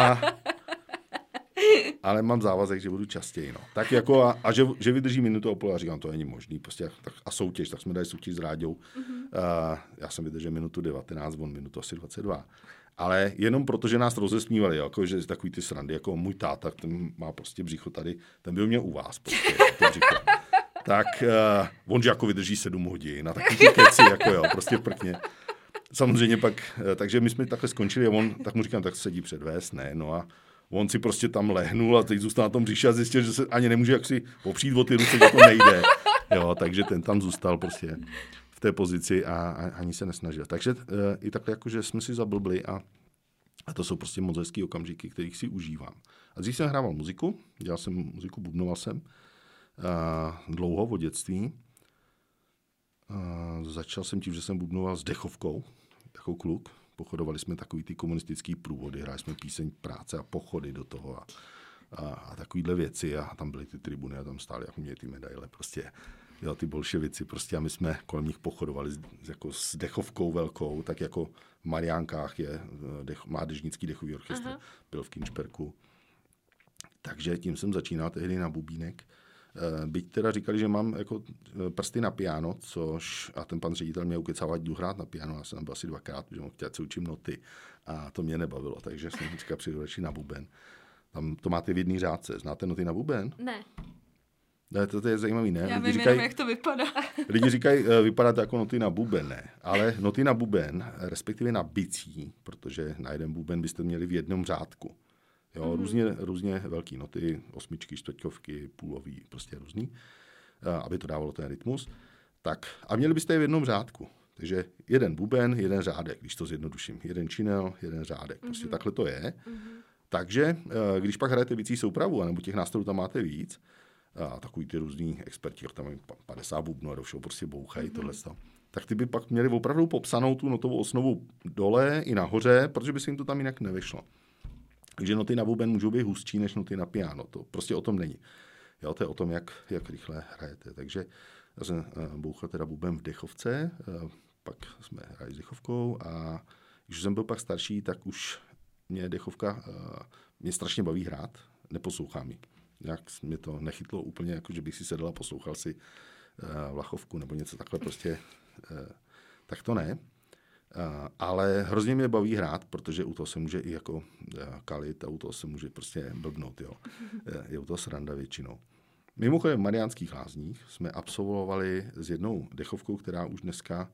Ale mám závazek, že budu častěji, no. Tak jako a že vydrží minutu a půl a říkám, to není možný, prostě a soutěž, tak jsme dali soutěž s Ráďou. Já jsem vydržel minutu 19, on minutu asi 22. Ale jenom proto, že nás rozesmívali, jako, že takový ty srandy, jako můj táta, ten má prostě břicho tady, ten byl mě u vás, prostě, to říkám. Tak on, že jako vydrží 7 hodin a takový ty keci, jako jo, prostě prkně. Samozřejmě pak, takže my jsme takhle skončili a on, tak mu říkám, tak sedí předvést, ne, no a on si prostě tam lehnul a teď zůstal na tom břiše a zjistil, že se ani nemůže jaksi opřít o ty ruce, že to nejde. Jo, takže ten tam zůstal prostě v té pozici a ani se nesnažil. Takže i takhle jakože jsme si zablbli a to jsou prostě moc hezký okamžiky, kterých si užívám. A dřív jsem hrával muziku, dělal jsem muziku, bubnoval jsem dlouho od dětství. Začal jsem tím, že jsem bubnoval s dechovkou, jako kluk. Pochodovali jsme takový ty komunistický průvody, hráli jsme píseň Práce a pochody do toho a takovýhle věci a tam byly ty tribuny a tam stály jako měli ty medaile, prostě jo, ty bolševici prostě a my jsme kolem nich pochodovali jako s dechovkou velkou, tak jako v Mariánkách je mládežnický dechový orchestr, byl v Kinšperku. Takže tím jsem začínal tehdy na bubínek. Byť teda říkali, že mám jako prsty na piano, a ten pan ředitel mě ukecával, jdu hrát na piano, já jsem tam byl asi 2krát, protože on chtěl, se učím noty a to mě nebavilo, takže jsem říkal, přijdu radši na buben. Tam to máte v jedné řádce, znáte noty na buben?
Ne.
Ne, to je zajímavý, ne?
Já vím jenom, jak to vypadá.
Lidi říkají, vypadá to jako noty na buben, ne. Ale noty na buben, respektive na bicí, protože na jeden buben byste měli v jednom řádku. Jo, různě velké noty, 8, 4, půlový, prostě různý, aby to dávalo ten rytmus. Tak, a měli byste je v jednom řádku. Takže jeden buben, jeden řádek, když to zjednoduším. Jeden činel, jeden řádek. Prostě takhle to je. Takže, když pak hrajete bicí soupravu, anebo těch nástrojů tam máte víc, takový ty různý experti, tam mají 50 bubnů a do všeho prostě bouchají tohleto. tak ty by pak měli opravdu popsanou tu notovou osnovu dole i nahoře, protože by se jim to tam jinak nevyšlo. Takže noty na buben můžou být hustší než noty na piano. To prostě o tom není. Jo, to je o tom, jak rychle hrajete. Takže já jsem bouchl teda buben v dechovce, pak jsme hráli s dechovkou a když jsem byl pak starší, tak už mě dechovka mě strašně baví hrát, neposlouchám ji. Jak mě to nechytlo úplně, jako že bych si sedl a poslouchal si Vlachovku nebo něco takhle prostě, tak to ne. Ale hrozně mě baví hrát, protože u toho se může i jako kalit a u toho se může prostě blbnout. Jo. Je u toho sranda většinou. Mimochodem v Mariánských Lázních jsme absolvovali s jednou dechovkou, která už dneska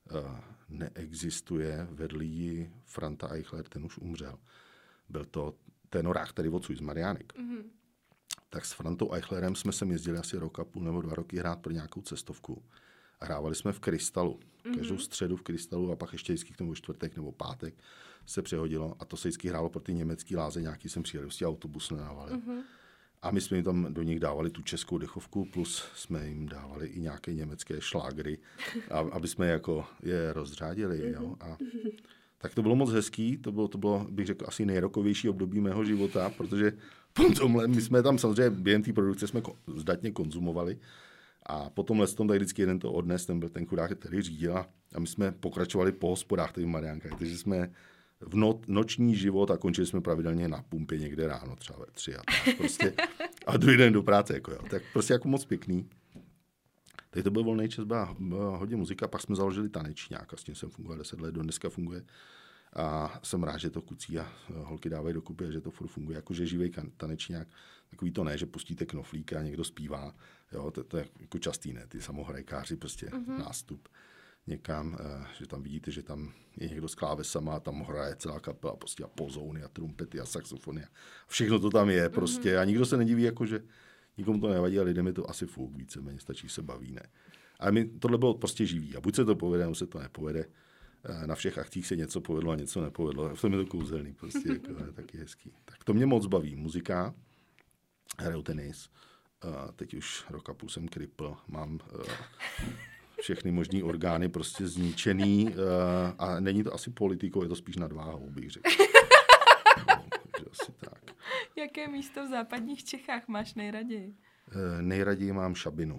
neexistuje, vedl ji Franta Eichler, ten už umřel. Byl to tenorák tady odsud z Mariánek. Mm-hmm. Tak s Frantou Eichlerem jsme sem jezdili asi rok a půl nebo 2 roky hrát pro nějakou cestovku. A hrávali jsme v Krystalu. Každou středu v Krystalu a pak ještě vždycky k tomu čtvrtek nebo pátek se přehodilo. A to se vždycky hrálo pro ty německý láze, nějaký jsem přijel, prostě autobus nedávali. Mm-hmm. A my jsme jim tam do nich dávali tu českou dechovku, plus jsme jim dávali i nějaké německé šlágry, aby jsme jako je rozřádili. Jo? A tak to bylo moc hezký, to bylo, bych řekl, asi nejrokovější období mého života, protože po tomhle, my jsme tam samozřejmě během té produkce jsme zdatně konzumovali a po tomhle tom tak vždycky jeden to odnes, ten byl ten chudák, který řídil a my jsme pokračovali po hospodách tady v Mariánkách, takže jsme v noční život a končili jsme pravidelně na pumpě někde ráno, třeba ve 3 a tak prostě. A druhý den do práce, jako jo. Tak prostě jako moc pěkný. Teď to byl volný čas, byla hodně muzika, pak jsme založili tanečňák a s tím jsem fungoval 10 let, do dneska funguje. A jsem rád, že to kucí a holky dávají dokupy a že to furt funguje. Jakože živej tanečňák, takový to ne, že pustíte knoflíka a někdo zpívá. Jo, to je jako častý, ne, ty samohrajkáři prostě nástup někam, že tam vidíte, že tam je někdo s klávesama a tam hraje celá kapela prostě a pozouny a trumpety a saxofony a všechno to tam je prostě a nikdo se nediví, jako že nikomu to nevadí a lidem je to asi fuk, víceméně stačí se baví, ne. Ale tohle bylo prostě živý a buď se to povede, nebo se to nepovede. Na všech akcích se něco povedlo a něco nepovedlo. V tom je to kouzelný, prostě jako, je taky hezký. Tak to mě moc baví. Muzika, hraju tenis, teď už rok a půl jsem kripl, mám všechny možný orgány prostě zničený a není to asi politikou, je to spíš nadváhou, bych řekl. No, asi tak.
Jaké místo v západních Čechách máš nejraději?
Nejraději mám Šabinu.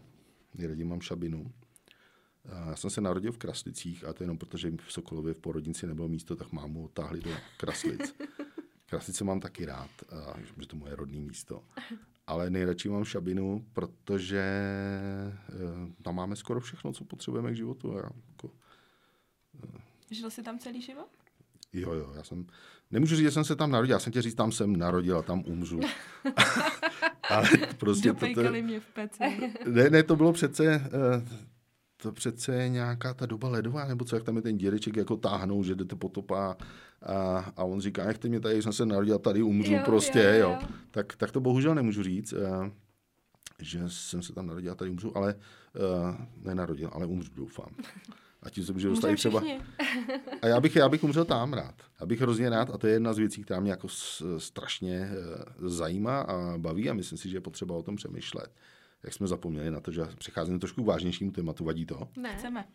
Já jsem se narodil v Kraslicích a to jenom protože v Sokolově v porodnici nebylo místo, tak mámu otáhli do Kraslic. Kraslice mám taky rád, že to je moje rodné místo. Ale nejradši mám Šabinu, protože tam máme skoro všechno, co potřebujeme k životu.
Žil jsi tam celý život?
Jo, nemůžu říct, že jsem se tam narodil, já jsem tě říct, tam jsem narodil a tam umřu. Ale prostě
dopejkali mě v peci.
Ne, to bylo přece nějaká ta doba ledová, nebo co, jak tam je ten dědeček jako táhnou, že jdete potop a on říká, nechte mě tady, jsem se narodil, tady umřu jo. Tak to bohužel nemůžu říct, že jsem se tam narodil a tady umřu, ale nenarodil, ale umřu, doufám. A tím se může dostat třeba. A já bych umřel tam rád. Já bych hrozně rád, a to je jedna z věcí, která mě jako strašně zajímá a baví a myslím si, že je potřeba o tom přemýšlet. Jak jsme zapomněli na to, že přecházíme trošku k vážnějšímu tématu, vadí to?
Ne. Chceme.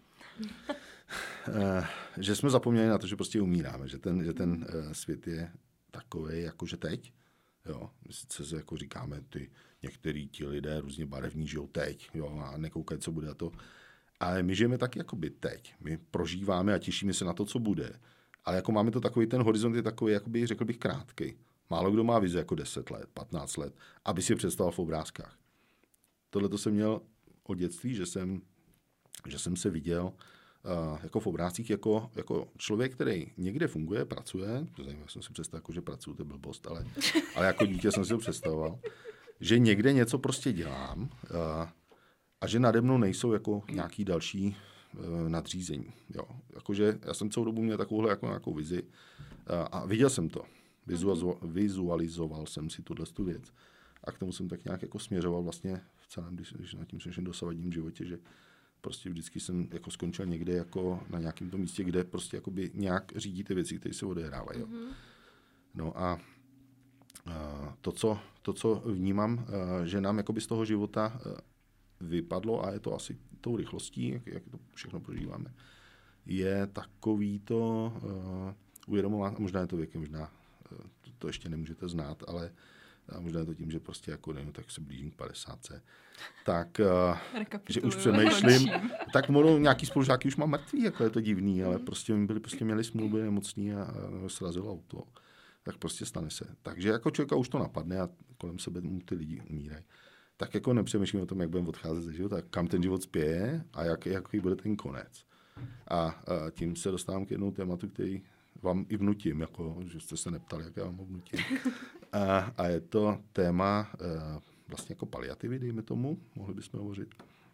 Že jsme zapomněli na to, že prostě umíráme, že ten svět je takový, jakože teď. Jo, my sice jako říkáme, některý ti lidé různě barevní žijou teď, jo, a nekoukají, co bude a to. Ale my žijeme tak jakoby teď. My prožíváme a těšíme se na to, co bude. Ale jako máme to takový, ten horizont je takový, jakoby, řekl bych, krátkej. Málo kdo má vize jako 10 let, 15 let, aby si je představil v obrázkách. Tohle to jsem měl od dětství, že jsem se viděl jako v obrázcích, jako člověk, který někde funguje, pracuje, já jsem si představil, jako, že pracuji, to je blbost, ale jako dítě jsem si to představoval, že někde něco prostě dělám a že nade mnou nejsou jako nějaký další nadřízení. Jo. Jakože já jsem celou dobu měl takovouhle jako nějakou vizi a viděl jsem to. Vizualizoval jsem si tu věc. A k tomu jsem tak nějak jako směřoval vlastně v celém, když na tím všem dosavadním životě, že prostě vždycky jsem jako skončil někde jako na nějakém tom místě, kde prostě jakoby nějak řídí ty věci, které se odehrávají. No a to, co vnímám, že nám jakoby z toho života vypadlo, a je to asi tou rychlostí, jak to všechno prožíváme, je takový to uvědomování, a možná je to věkem, možná to ještě nemůžete znát, ale možná je to tím, že prostě jako nevím, tak se blížím k 50. Tak, že už přemýšlím, tak nějaký spolužáky už mám mrtvý, jako je to divný, ale prostě měli smůlu, byli nemocní a srazilo auto. Tak prostě stane se. Takže jako člověka už to napadne a kolem sebe ty lidi umírají. Tak jako nepřemýšlím o tom, jak budeme odcházet ze života, kam ten život spěje a jaký bude ten konec. A tím se dostávám k jednou tématu, který vám i vnutím, jako, že jste se neptali, jak já vám ho vnutím. A je to téma vlastně jako paliativy, dejme tomu, mohli bychom hovořit.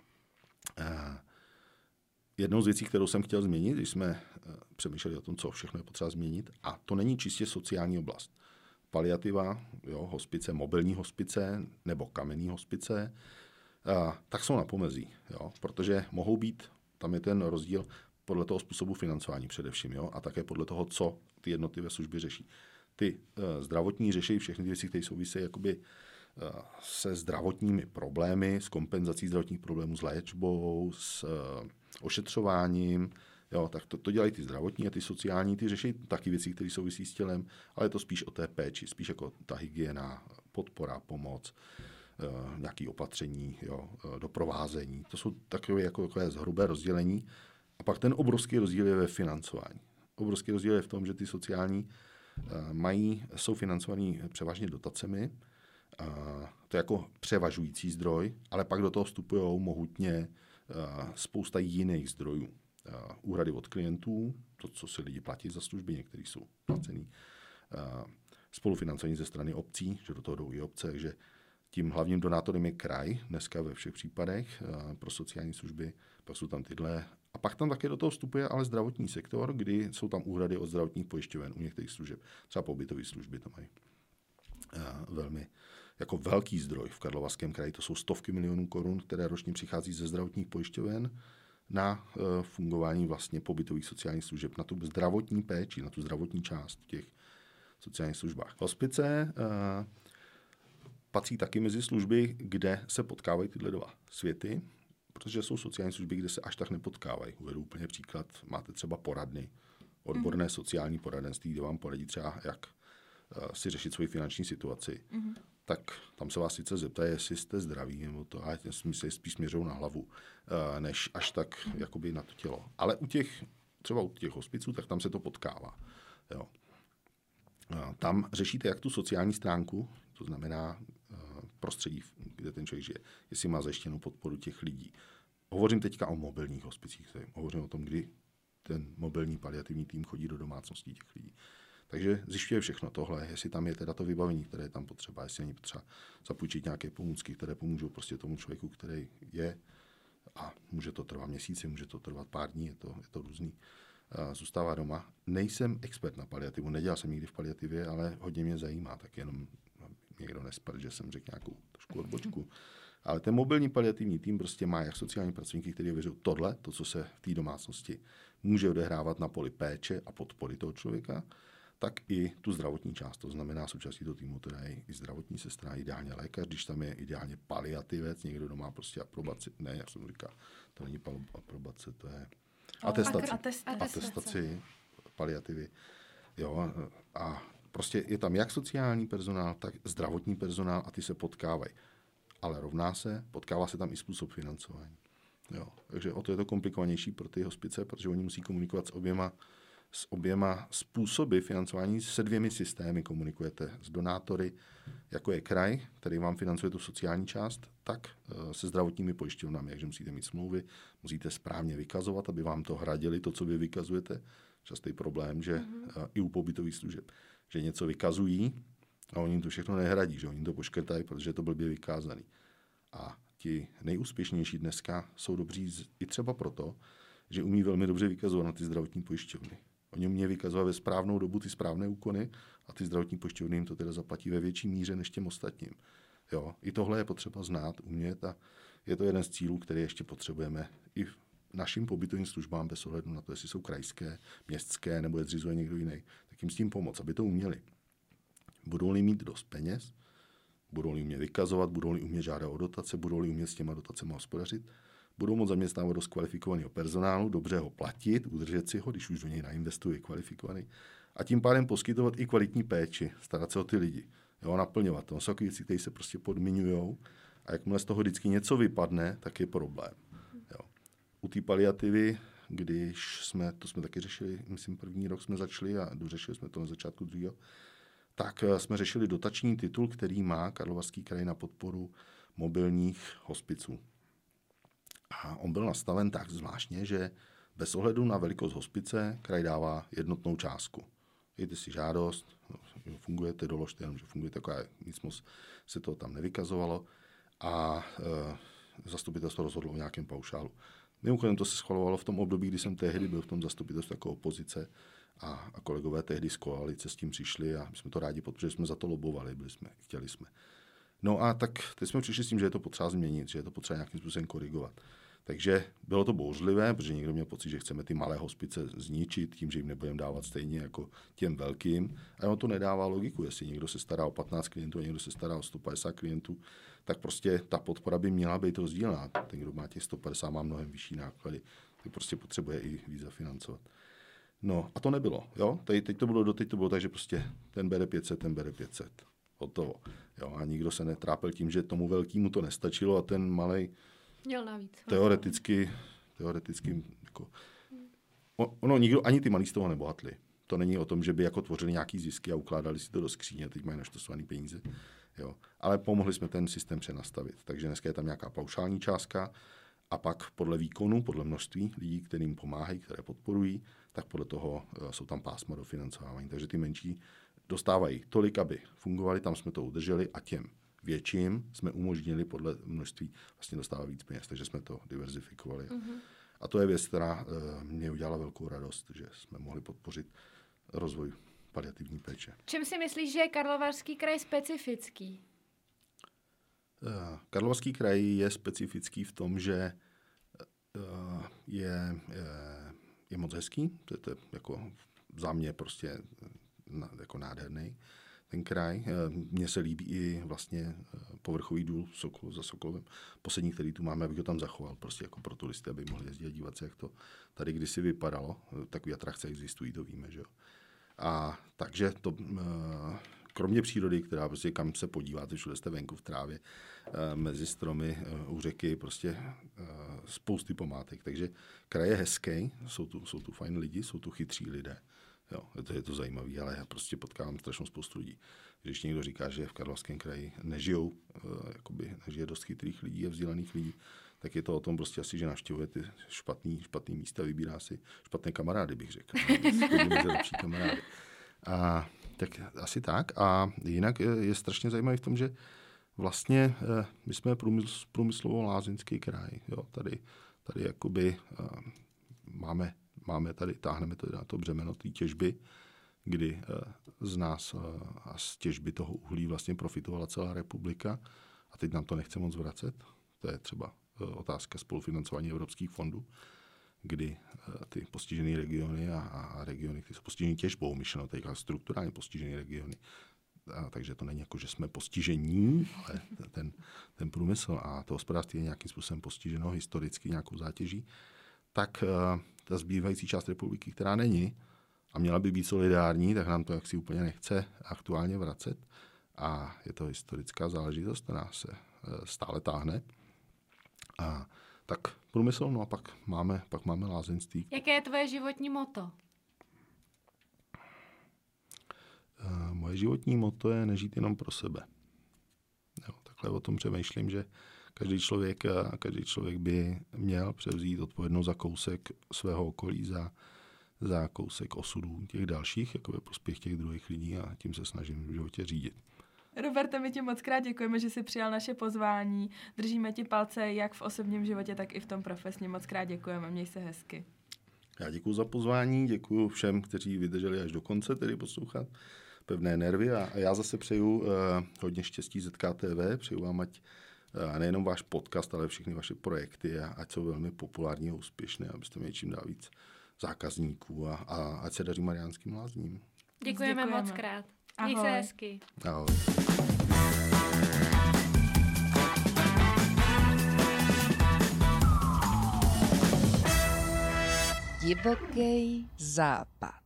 Jednou z věcí, kterou jsem chtěl změnit, když jsme přemýšleli o tom, co všechno je potřeba změnit, a to není čistě sociální oblast. Paliativa, jo, hospice, mobilní hospice nebo kamenný hospice, tak jsou na pomezí, jo, protože mohou být, tam je ten rozdíl podle toho způsobu financování především, jo, a také podle toho, co ty jednotlivé služby řeší. Ty zdravotní řeší všechny ty věci, které souvisejí jakoby se zdravotními problémy, s kompenzací zdravotních problémů, s léčbou, s ošetřováním, jo, tak to dělají ty zdravotní a ty sociální, ty řeší taky věci, které souvisí s tělem, ale je to spíš o té péči, spíš jako ta hygiena, podpora, pomoc, nějaké opatření, jo, doprovázení. To jsou takové jako hrubé rozdělení. A pak ten obrovský rozdíl je ve financování. Obrovský rozdíl je v tom, že ty sociální jsou financovaný převážně dotacemi, to je jako převažující zdroj, ale pak do toho vstupují mohutně spousta jiných zdrojů. Úhrady od klientů, to, co si lidi platí za služby, některý jsou placený. Spolufinancování ze strany obcí, že do toho jdou i obce, takže tím hlavním donátorem je kraj, dneska ve všech případech pro sociální služby, pak jsou tam tyhle. A pak tam také do toho vstupuje ale zdravotní sektor, kdy jsou tam úhrady od zdravotních pojišťoven u některých služeb. Třeba pobytové služby to mají velmi jako velký zdroj v Karlovarském kraji. To jsou stovky milionů korun, které ročně přichází ze zdravotních pojišťoven na fungování vlastně pobytových sociálních služeb, na tu zdravotní péči, na tu zdravotní část v těch sociálních službách. Hospice patří taky mezi služby, kde se potkávají tyhle dva světy, protože jsou sociální služby, kde se až tak nepotkávají. Uvedu úplně příklad. Máte třeba poradny, odborné sociální poradenství, kde vám poradí třeba, jak si řešit svoji finanční situaci. Tak tam se vás sice zeptají, jestli jste zdraví, nebo to, a se spíš směřují na hlavu, než až tak jakoby na to tělo. Ale třeba u těch hospiců, tak tam se to potkává. Jo. Tam řešíte jak tu sociální stránku, to znamená prostředí, kde ten člověk žije, jestli má zajištěnou podporu těch lidí. Hovořím teďka o mobilních hospicích, hovořím o tom, kdy ten mobilní paliativní tým chodí do domácností těch lidí. Takže zjišťuje všechno tohle, jestli tam je teda to vybavení, které je tam potřeba, jestli není potřeba zapůjčit nějaké pomůcky, které pomůžou prostě tomu člověku, který je, a může to trvat měsíce, může to trvat pár dní, je to různý, zůstává doma. Nejsem expert na paliativu, nedělal jsem nikdy v paliativě, ale hodně mě zajímá, tak jenom někdo nespad, že jsem řekl nějakou trošku odbočku. Ale ten mobilní paliativní tým prostě má jak sociální pracovníky, kteří věří tohle, to, co se v té domácnosti může odehrávat na poli péče a podpory toho člověka, tak i tu zdravotní část. To znamená, součástí toho týmu teda je i zdravotní sestra, ideálně lékař, když tam je ideálně paliativec, někdo doma prostě aprobaci, ne, jak jsem říkal, to není aprobace, to je atestaci paliativy. Jo, a prostě je tam jak sociální personál, tak zdravotní personál a ty se potkávají. Ale potkává se tam i způsob financování. Jo, takže o to je to komplikovanější pro ty hospice, protože oni musí komunikovat s oběma způsoby financování, se dvěmi systémy komunikujete s donátory, jako je kraj, který vám financuje tu sociální část, tak se zdravotními pojišťovnami, takže musíte mít smlouvy, musíte správně vykazovat, aby vám to hradili, to, co vy vykazujete. Častý problém, že i u pobytových služeb, že něco vykazují a oni jim to všechno nehradí, že oni jim to poškrtají, protože je to blbě vykázaný. A ti nejúspěšnější dneska jsou dobří i třeba proto, že umí velmi dobře vykazovat na ty zdravotní pojišťovny. Oni umějí vykazovat ve správnou dobu ty správné úkony a ty zdravotní pojišťovny jim to teda zaplatí ve větší míře než těm ostatním. Jo, i tohle je potřeba znát, umět a je to jeden z cílů, který ještě potřebujeme i našim pobytovým službám bez ohledu na to, jestli jsou krajské, městské nebo je zřizuje někdo jiný, tak jim s tím pomoct, aby to uměli. Budou-li mít dost peněz, Budou-li umět vykazovat, budou-li umět žádat o dotace, budou-li umět s těma dotacemi hospodařit, budou moct zaměstnávat dost kvalifikovaného personálu, dobře ho platit, udržet si ho, když už do něj nainvestuje kvalifikovaný, a tím pádem poskytovat i kvalitní péči, starat se o ty lidi, jo, naplňovat. To jsou takové věci, které se prostě podmiňujou, a jakmile z toho vždycky něco vypadne, tak je problém. Jo. U té paliativy, to jsme taky řešili, myslím, první rok jsme začali a dořešili jsme to na začátku druhého, tak jsme řešili dotační titul, který má Karlovarský kraj na podporu mobilních hospiců. A on byl nastaven tak zvláštně, že bez ohledu na velikost hospice kraj dává jednotnou částku. Dejte si žádost, fungujete, doložte jenom, že fungujete, nic moc se to tam nevykazovalo, a zastupitelstvo rozhodlo o nějakém paušálu. Mimochodem to se schvalovalo v tom období, kdy jsem tehdy byl v tom zastupitelstvu jako opozice, a kolegové tehdy z koalice s tím přišli a my jsme to rádi podpořili, jsme za to lobovali, chtěli jsme. No a tak teď jsme přišli s tím, že je to potřeba změnit, že je to potřeba nějakým způsobem korigovat. Takže bylo to bouřlivé, protože někdo měl pocit, že chceme ty malé hospice zničit tím, že jim nebudeme dávat stejně jako těm velkým. A ono to nedává logiku, jestli někdo se stará o 15 klientů a někdo se stará o 150 klientů, tak prostě ta podpora by měla být rozdílná. Ten, kdo má těch 150, má mnohem vyšší náklady, tak prostě potřebuje i víc zafinancovat. No a to nebylo, jo? Teď to bylo tak, že prostě ten bere 500, ten bere 500. Hotovo. Jo? A nikdo se netrápil tím, že tomu velkému to nestačilo a ten malej
měl navíc.
Teoreticky jako, nikdo, ani ty malí z toho nebohatli. To není o tom, že by jako tvořili nějaký zisky a ukládali si to do skříně, teď mají naštosovaný peníze. Jo. Ale pomohli jsme ten systém přenastavit. Takže dneska je tam nějaká paušální částka a pak podle výkonu, podle množství lidí, kterým pomáhají, které podporují, tak podle toho jsou tam pásma do financování. Takže ty menší dostávají tolik, aby fungovali, tam jsme to udrželi, a těm větším jsme umožnili podle množství vlastně dostávat víc peněz, takže jsme to diverzifikovali. Mm-hmm. A to je věc, která mě udělala velkou radost, že jsme mohli podpořit rozvoj paliativní péče.
Čím si myslíš, že je Karlovarský kraj specifický?
Karlovarský kraj je specifický v tom, že je moc hezký, to je jako za mě prostě jako nádherný ten kraj. Mně se líbí i vlastně povrchový důl za Sokolovem, poslední, který tu máme, abych ho tam zachoval, prostě jako pro turisty, aby mohli jezdit a dívat se, jak to tady kdysi vypadalo. Takové atrakce existují, to víme, že jo. A takže to, kromě přírody, která prostě kam se podíváte, všude jste venku v trávě, mezi stromy, u řeky, prostě spousty památek. Takže kraj je hezký, jsou tu fajn lidi, jsou tu chytří lidé. Jo, je to zajímavé, ale já prostě potkávám strašnou spoustu lidí. Když někdo říká, že v Karlovarském kraji nežije dost chytrých lidí a vzdělaných lidí, tak je to o tom prostě asi, že navštěvuje ty špatný místa, vybírá si špatné kamarády, bych řekl. Lepší kamarády. A tak asi tak. A jinak je strašně zajímavý v tom, že vlastně my jsme průmyslovo-lázeňský kraj. Jo, tady jakoby máme tady, táhneme to na to břemeno té těžby, kdy z nás a z těžby toho uhlí vlastně profitovala celá republika a teď nám to nechce moc vracet. To je třeba otázka spolufinancování evropských fondů, kdy ty postižené regiony a regiony, které jsou postižené těžbou, myšleno teď strukturálně postižené regiony, takže to není jako, že jsme postižení, ale ten průmysl a to hospodářství je nějakým způsobem postiženo historicky nějakou zátěží, tak ta zbývající část republiky, která není a měla by být solidární, tak nám to jaksi úplně nechce aktuálně vracet. A je to historická záležitost, která se stále táhne. A tak průmysl, no a pak máme lázeňství.
Jaké je tvoje životní motto?
Moje životní motto je nežít jenom pro sebe. Jo, takhle o tom přemýšlím, že každý člověk by měl převzít odpovědnost za kousek svého okolí, za kousek osudů těch dalších, jako ve prospěch těch druhých lidí, a tím se snažím v životě řídit.
Roberte, my ti moc krát děkujeme, že jsi přijal naše pozvání. Držíme ti palce jak v osobním životě, tak i v tom profesním. Moc krát děkujeme, měj se hezky.
Já děkuji za pozvání, děkuji všem, kteří vydrželi až do konce, tedy poslouchat, pevné nervy, a já zase přeju hodně štěstí ZKTV, přeju vám, ať nejenom váš podcast, ale všechny vaše projekty, a ať jsou velmi populární a úspěšné, abyste měli čím dál víc zákazníků, a ať se daří Mariánským Lázním.
Děkujeme moc krát. Měj se hezky.
Ahoj.
Divoký západ.